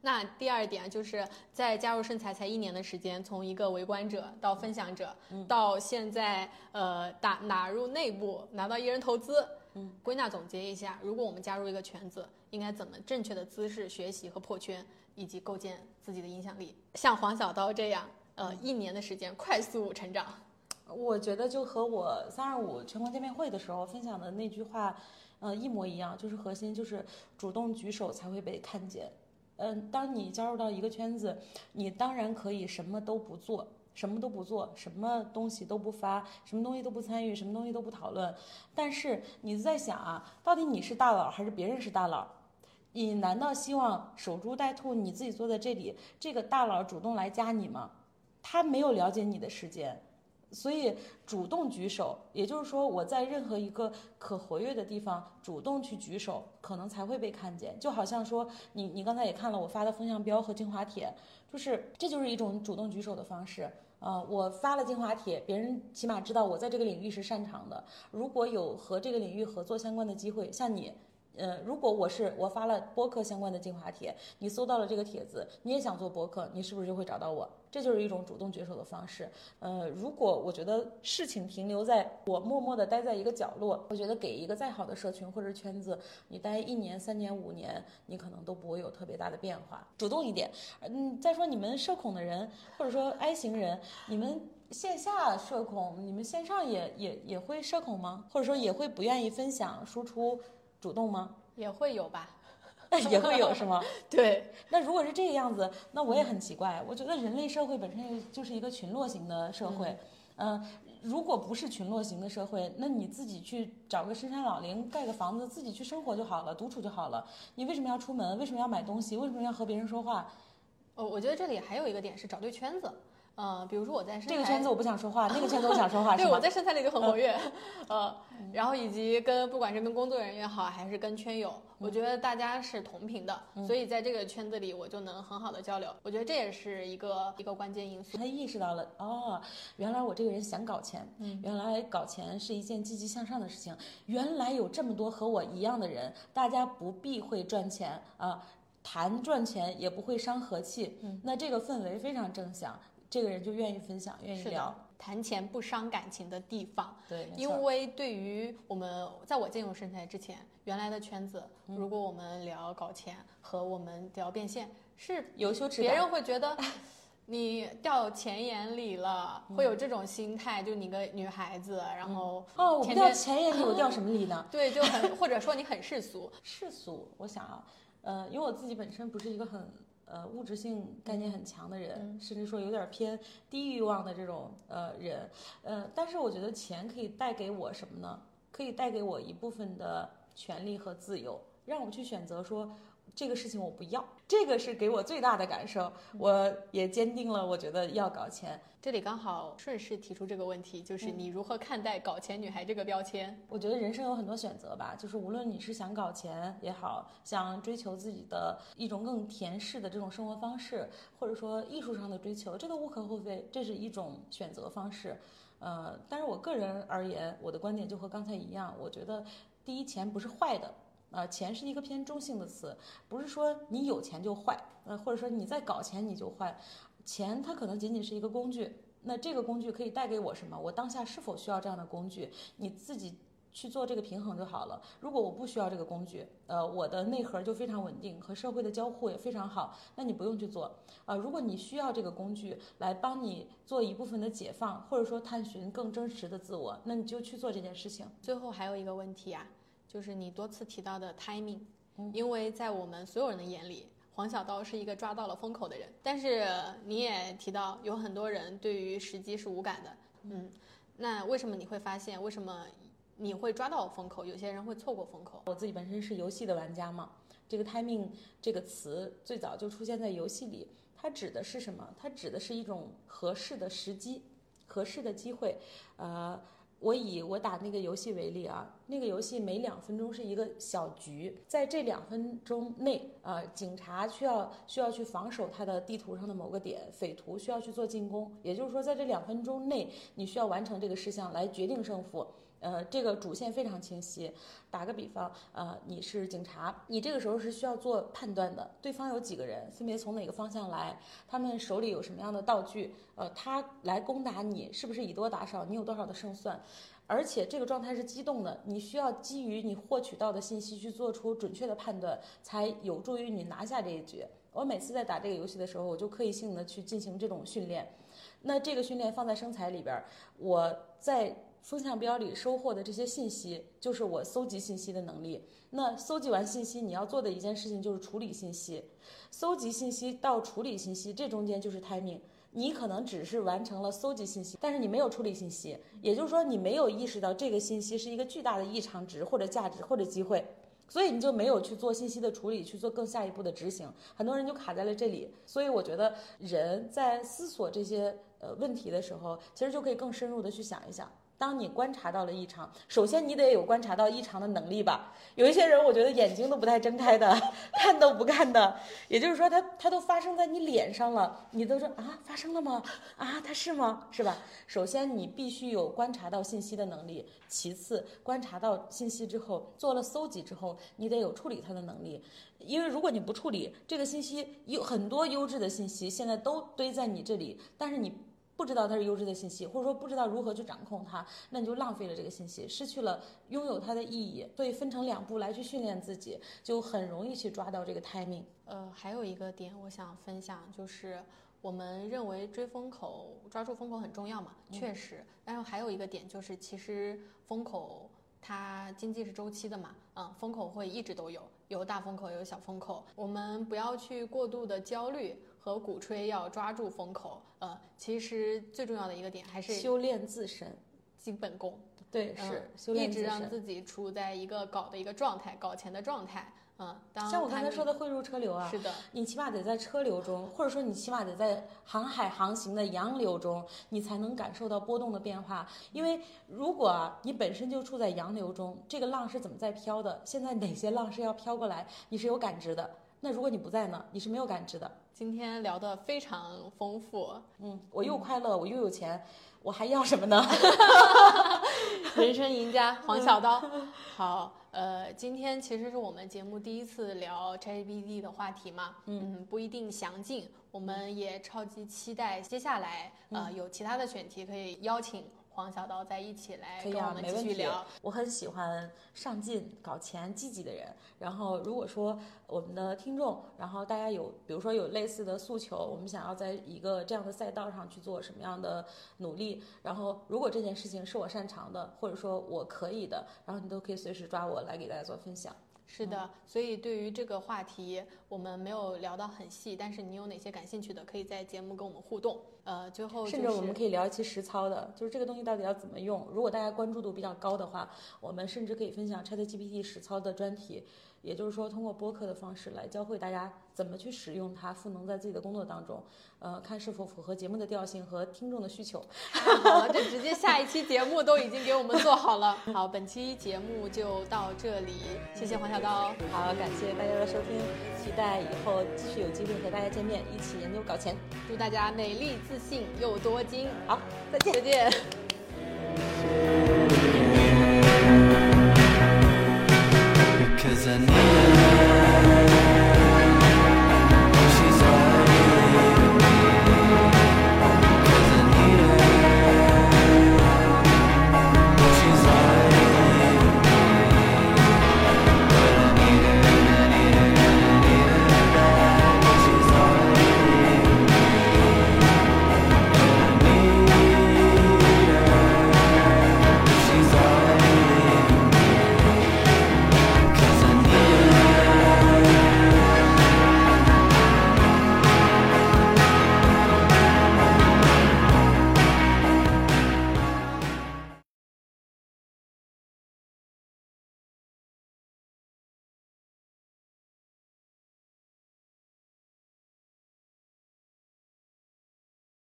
那第二点就是在加入盛才才一年的时间，从一个围观者到分享者，嗯、到现在呃打打入内部拿到艺人投资，嗯，归纳总结一下，如果我们加入一个圈子，应该怎么正确的姿势学习和破圈，以及构建自己的影响力，像黄小刀这样，呃，一年的时间快速成长。 我觉得就和我三二五全国见面会的时候分享的那句话，呃，一模一样，就是核心就是主动举手才会被看见。嗯，当你加入到一个圈子，你当然可以什么都不做，什么都不做，什么东西都不发，什么东西都不参与，什么东西都不讨论。但是你在想啊，到底你是大佬还是别人是大佬？你难道希望守株待兔，你自己坐在这里，这个大佬主动来加你吗？他没有了解你的时间。所以主动举手，也就是说我在任何一个可活跃的地方主动去举手，可能才会被看见。就好像说你你刚才也看了我发的风向标和精华帖，就是这就是一种主动举手的方式。呃，我发了精华帖，别人起码知道我在这个领域是擅长的。如果有和这个领域合作相关的机会，像你。呃，如果我是我发了播客相关的精华帖，你搜到了这个帖子，你也想做播客，你是不是就会找到我？这就是一种主动举手的方式。呃，如果我觉得事情停留在我默默地待在一个角落，我觉得给一个再好的社群或者圈子，你待一年、三年、五年，你可能都不会有特别大的变化。主动一点。嗯，再说你们社恐的人，或者说 I 型人，你们线下社恐，你们线上也也也会社恐吗？或者说也会不愿意分享、输出？主动吗？ 也会有吧， 也会有是吗？ 对。 那如果是这个样子，那我也很奇怪。我觉得人类社会本身就是一个群落型的社会，嗯、呃，如果不是群落型的社会，那你自己去找个深山老林盖个房子，自己去生活就好了，独处就好了。你为什么要出门？为什么要买东西？为什么要和别人说话？ 哦，我觉得这里还有一个点是找对圈子。呃，比如说我在生这个圈子我不想说话，那个圈子我想说话， 对，我在生态里就很活跃，呃，然后以及跟不管是跟工作人员也好，还是跟圈友，我觉得大家是同频的， 嗯、 所以在这个圈子里我就能很好的交流，我觉得这也是一个一个关键因素。 他意识到了，哦，原来我这个人想搞钱，嗯，原来搞钱是一件积极向上的事情，原来有这么多和我一样的人，大家不避讳赚钱啊、呃，谈赚钱也不会伤和气，嗯，那这个氛围非常正向。这个人就愿意分享，愿意聊， 谈钱不伤感情的地方。 对， 因为对于我们，在我进入生态之前，原来的圈子，嗯、如果我们聊搞钱和我们聊变现，是有羞耻感， 别人会觉得你掉钱眼里了，会有这种心态，就你个女孩子，然后哦，我不掉钱眼里，我掉什么里呢？ 对，就很或者说你很世俗， 世俗。我想啊，呃，因为我自己本身不是一个很。呃，物质性概念很强的人，嗯、甚至说有点偏低欲望的这种呃人，呃，但是我觉得钱可以带给我什么呢？可以带给我一部分的权利和自由，让我去选择说这个事情我不要，这个是给我最大的感受。我也坚定了，我觉得要搞钱。 这里刚好顺势提出这个问题，就是你如何看待搞钱女孩这个标签？ 我觉得人生有很多选择吧，就是无论你是想搞钱也好，想追求自己的一种更甜适的这种生活方式，或者说艺术上的追求，这都无可厚非，这是一种选择方式。呃，但是我个人而言，我的观点就和刚才一样，我觉得第一，钱不是坏的。啊、呃，钱是一个偏中性的词，不是说你有钱就坏，呃，或者说你在搞钱你就坏。钱它可能仅仅是一个工具，那这个工具可以带给我什么？我当下是否需要这样的工具？你自己去做这个平衡就好了。如果我不需要这个工具，呃，我的内核就非常稳定，和社会的交互也非常好，那你不用去做。啊、呃，如果你需要这个工具来帮你做一部分的解放，或者说探寻更真实的自我，那你就去做这件事情。 最后还有一个问题啊，就是你多次提到的 timing，、嗯、因为在我们所有人的眼里，黄小刀是一个抓到了风口的人，但是你也提到有很多人对于时机是无感的，嗯，那为什么你会发现，为什么你会抓到风口，有些人会错过风口？ 我自己本身是游戏的玩家嘛，这个 timing 这个词最早就出现在游戏里，它指的是什么？它指的是一种合适的时机，合适的机会，呃。我以我打那个游戏为例啊，那个游戏每两分钟是一个小局，在这两分钟内，呃，警察需要需要去防守他的地图上的某个点，匪徒需要去做进攻，也就是说，在这两分钟内，你需要完成这个事项来决定胜负。 呃，这个主线非常清晰。打个比方，呃，你是警察，你这个时候是需要做判断的，对方有几个人，分别从哪个方向来，他们手里有什么样的道具，呃，他来攻打你是不是以多打少，你有多少的胜算。而且这个状态是机动的，你需要基于你获取到的信息去做出准确的判断，才有助于你拿下这一局。我每次在打这个游戏的时候，我就刻意性的去进行这种训练。那这个训练放在生财里边，我在风向标里收获的这些信息，就是我搜集信息的能力。那搜集完信息，你要做的一件事情就是处理信息。搜集信息到处理信息，这中间就是 timing。你可能只是完成了搜集信息，但是你没有处理信息，也就是说你没有意识到这个信息是一个巨大的异常值或者价值或者机会，所以你就没有去做信息的处理，去做更下一步的执行。很多人就卡在了这里。所以我觉得人在思索这些呃问题的时候，其实就可以更深入的去想一想。当你观察到了异常，首先你得有观察到异常的能力吧。有一些人我觉得眼睛都不太睁开的，看都不看的，也就是说他他都发生在你脸上了，你都说啊发生了吗？啊他是吗？是吧？首先你必须有观察到信息的能力，其次观察到信息之后，做了搜集之后，你得有处理它的能力。因为如果你不处理这个信息，有很多优质的信息现在都堆在你这里，但是你不知道它是优质的信息，或者说不知道如何去掌控它，那你就浪费了这个信息，失去了拥有它的意义。所以分成两步来去训练自己，就很容易去抓到这个 timing。 呃，还有一个点我想分享，就是我们认为追风口、抓住风口很重要嘛，确实。但是还有一个点就是，其实风口它经济是周期的嘛，嗯，风口会一直都有，有大风口，有小风口。我们不要去过度的焦虑和鼓吹要抓住风口，呃，其实最重要的一个点还是修炼自身， 基本功。 对，是、 嗯、 修炼自身， 一直让自己处在一个搞的一个状态，搞钱的状态。嗯，当像我刚才说的汇入车流啊， 是的， 你起码得在车流中，或者说你起码得在航海航行的洋流中，你才能感受到波动的变化。因为如果啊，你本身就处在洋流中，这个浪是怎么在飘的？现在哪些浪是要飘过来，你是有感知的。那如果你不在呢，你是没有感知的。 今天聊得非常丰富， 嗯，我又快乐，我又有钱，我还要什么呢？ 人生赢家黄小刀。好，呃，今天其实是我们节目第一次聊 ChatGPT 的话题嘛，嗯，不一定详尽，我们也超级期待接下来呃有其他的选题可以邀请黄小刀在一起来跟我们继续聊。 啊、我很喜欢上进、搞钱、积极的人。然后，如果说我们的听众，然后大家有，比如说有类似的诉求，我们想要在一个这样的赛道上去做什么样的努力，然后如果这件事情是我擅长的，或者说我可以的，然后你都可以随时抓我来给大家做分享。 是的，所以对于这个话题我们没有聊到很细，但是你有哪些感兴趣的，可以在节目跟我们互动。呃，最后、就是、 甚至我们可以聊一期实操的，就是这个东西到底要怎么用。如果大家关注度比较高的话，我们甚至可以分享 ChatGPT 实操的专题，也就是说通过播客的方式来教会大家怎么去使用它，赋能在自己的工作当中，呃，看是否符合节目的调性和听众的需求。 太好了，这直接下一期节目都已经给我们做好了。好，本期节目就到这里，谢谢黄小刀。 好，感谢大家的收听，期待以后继续有机会和大家见面，一起研究搞钱。 祝大家美丽自信又多金。 好，再见， 再见。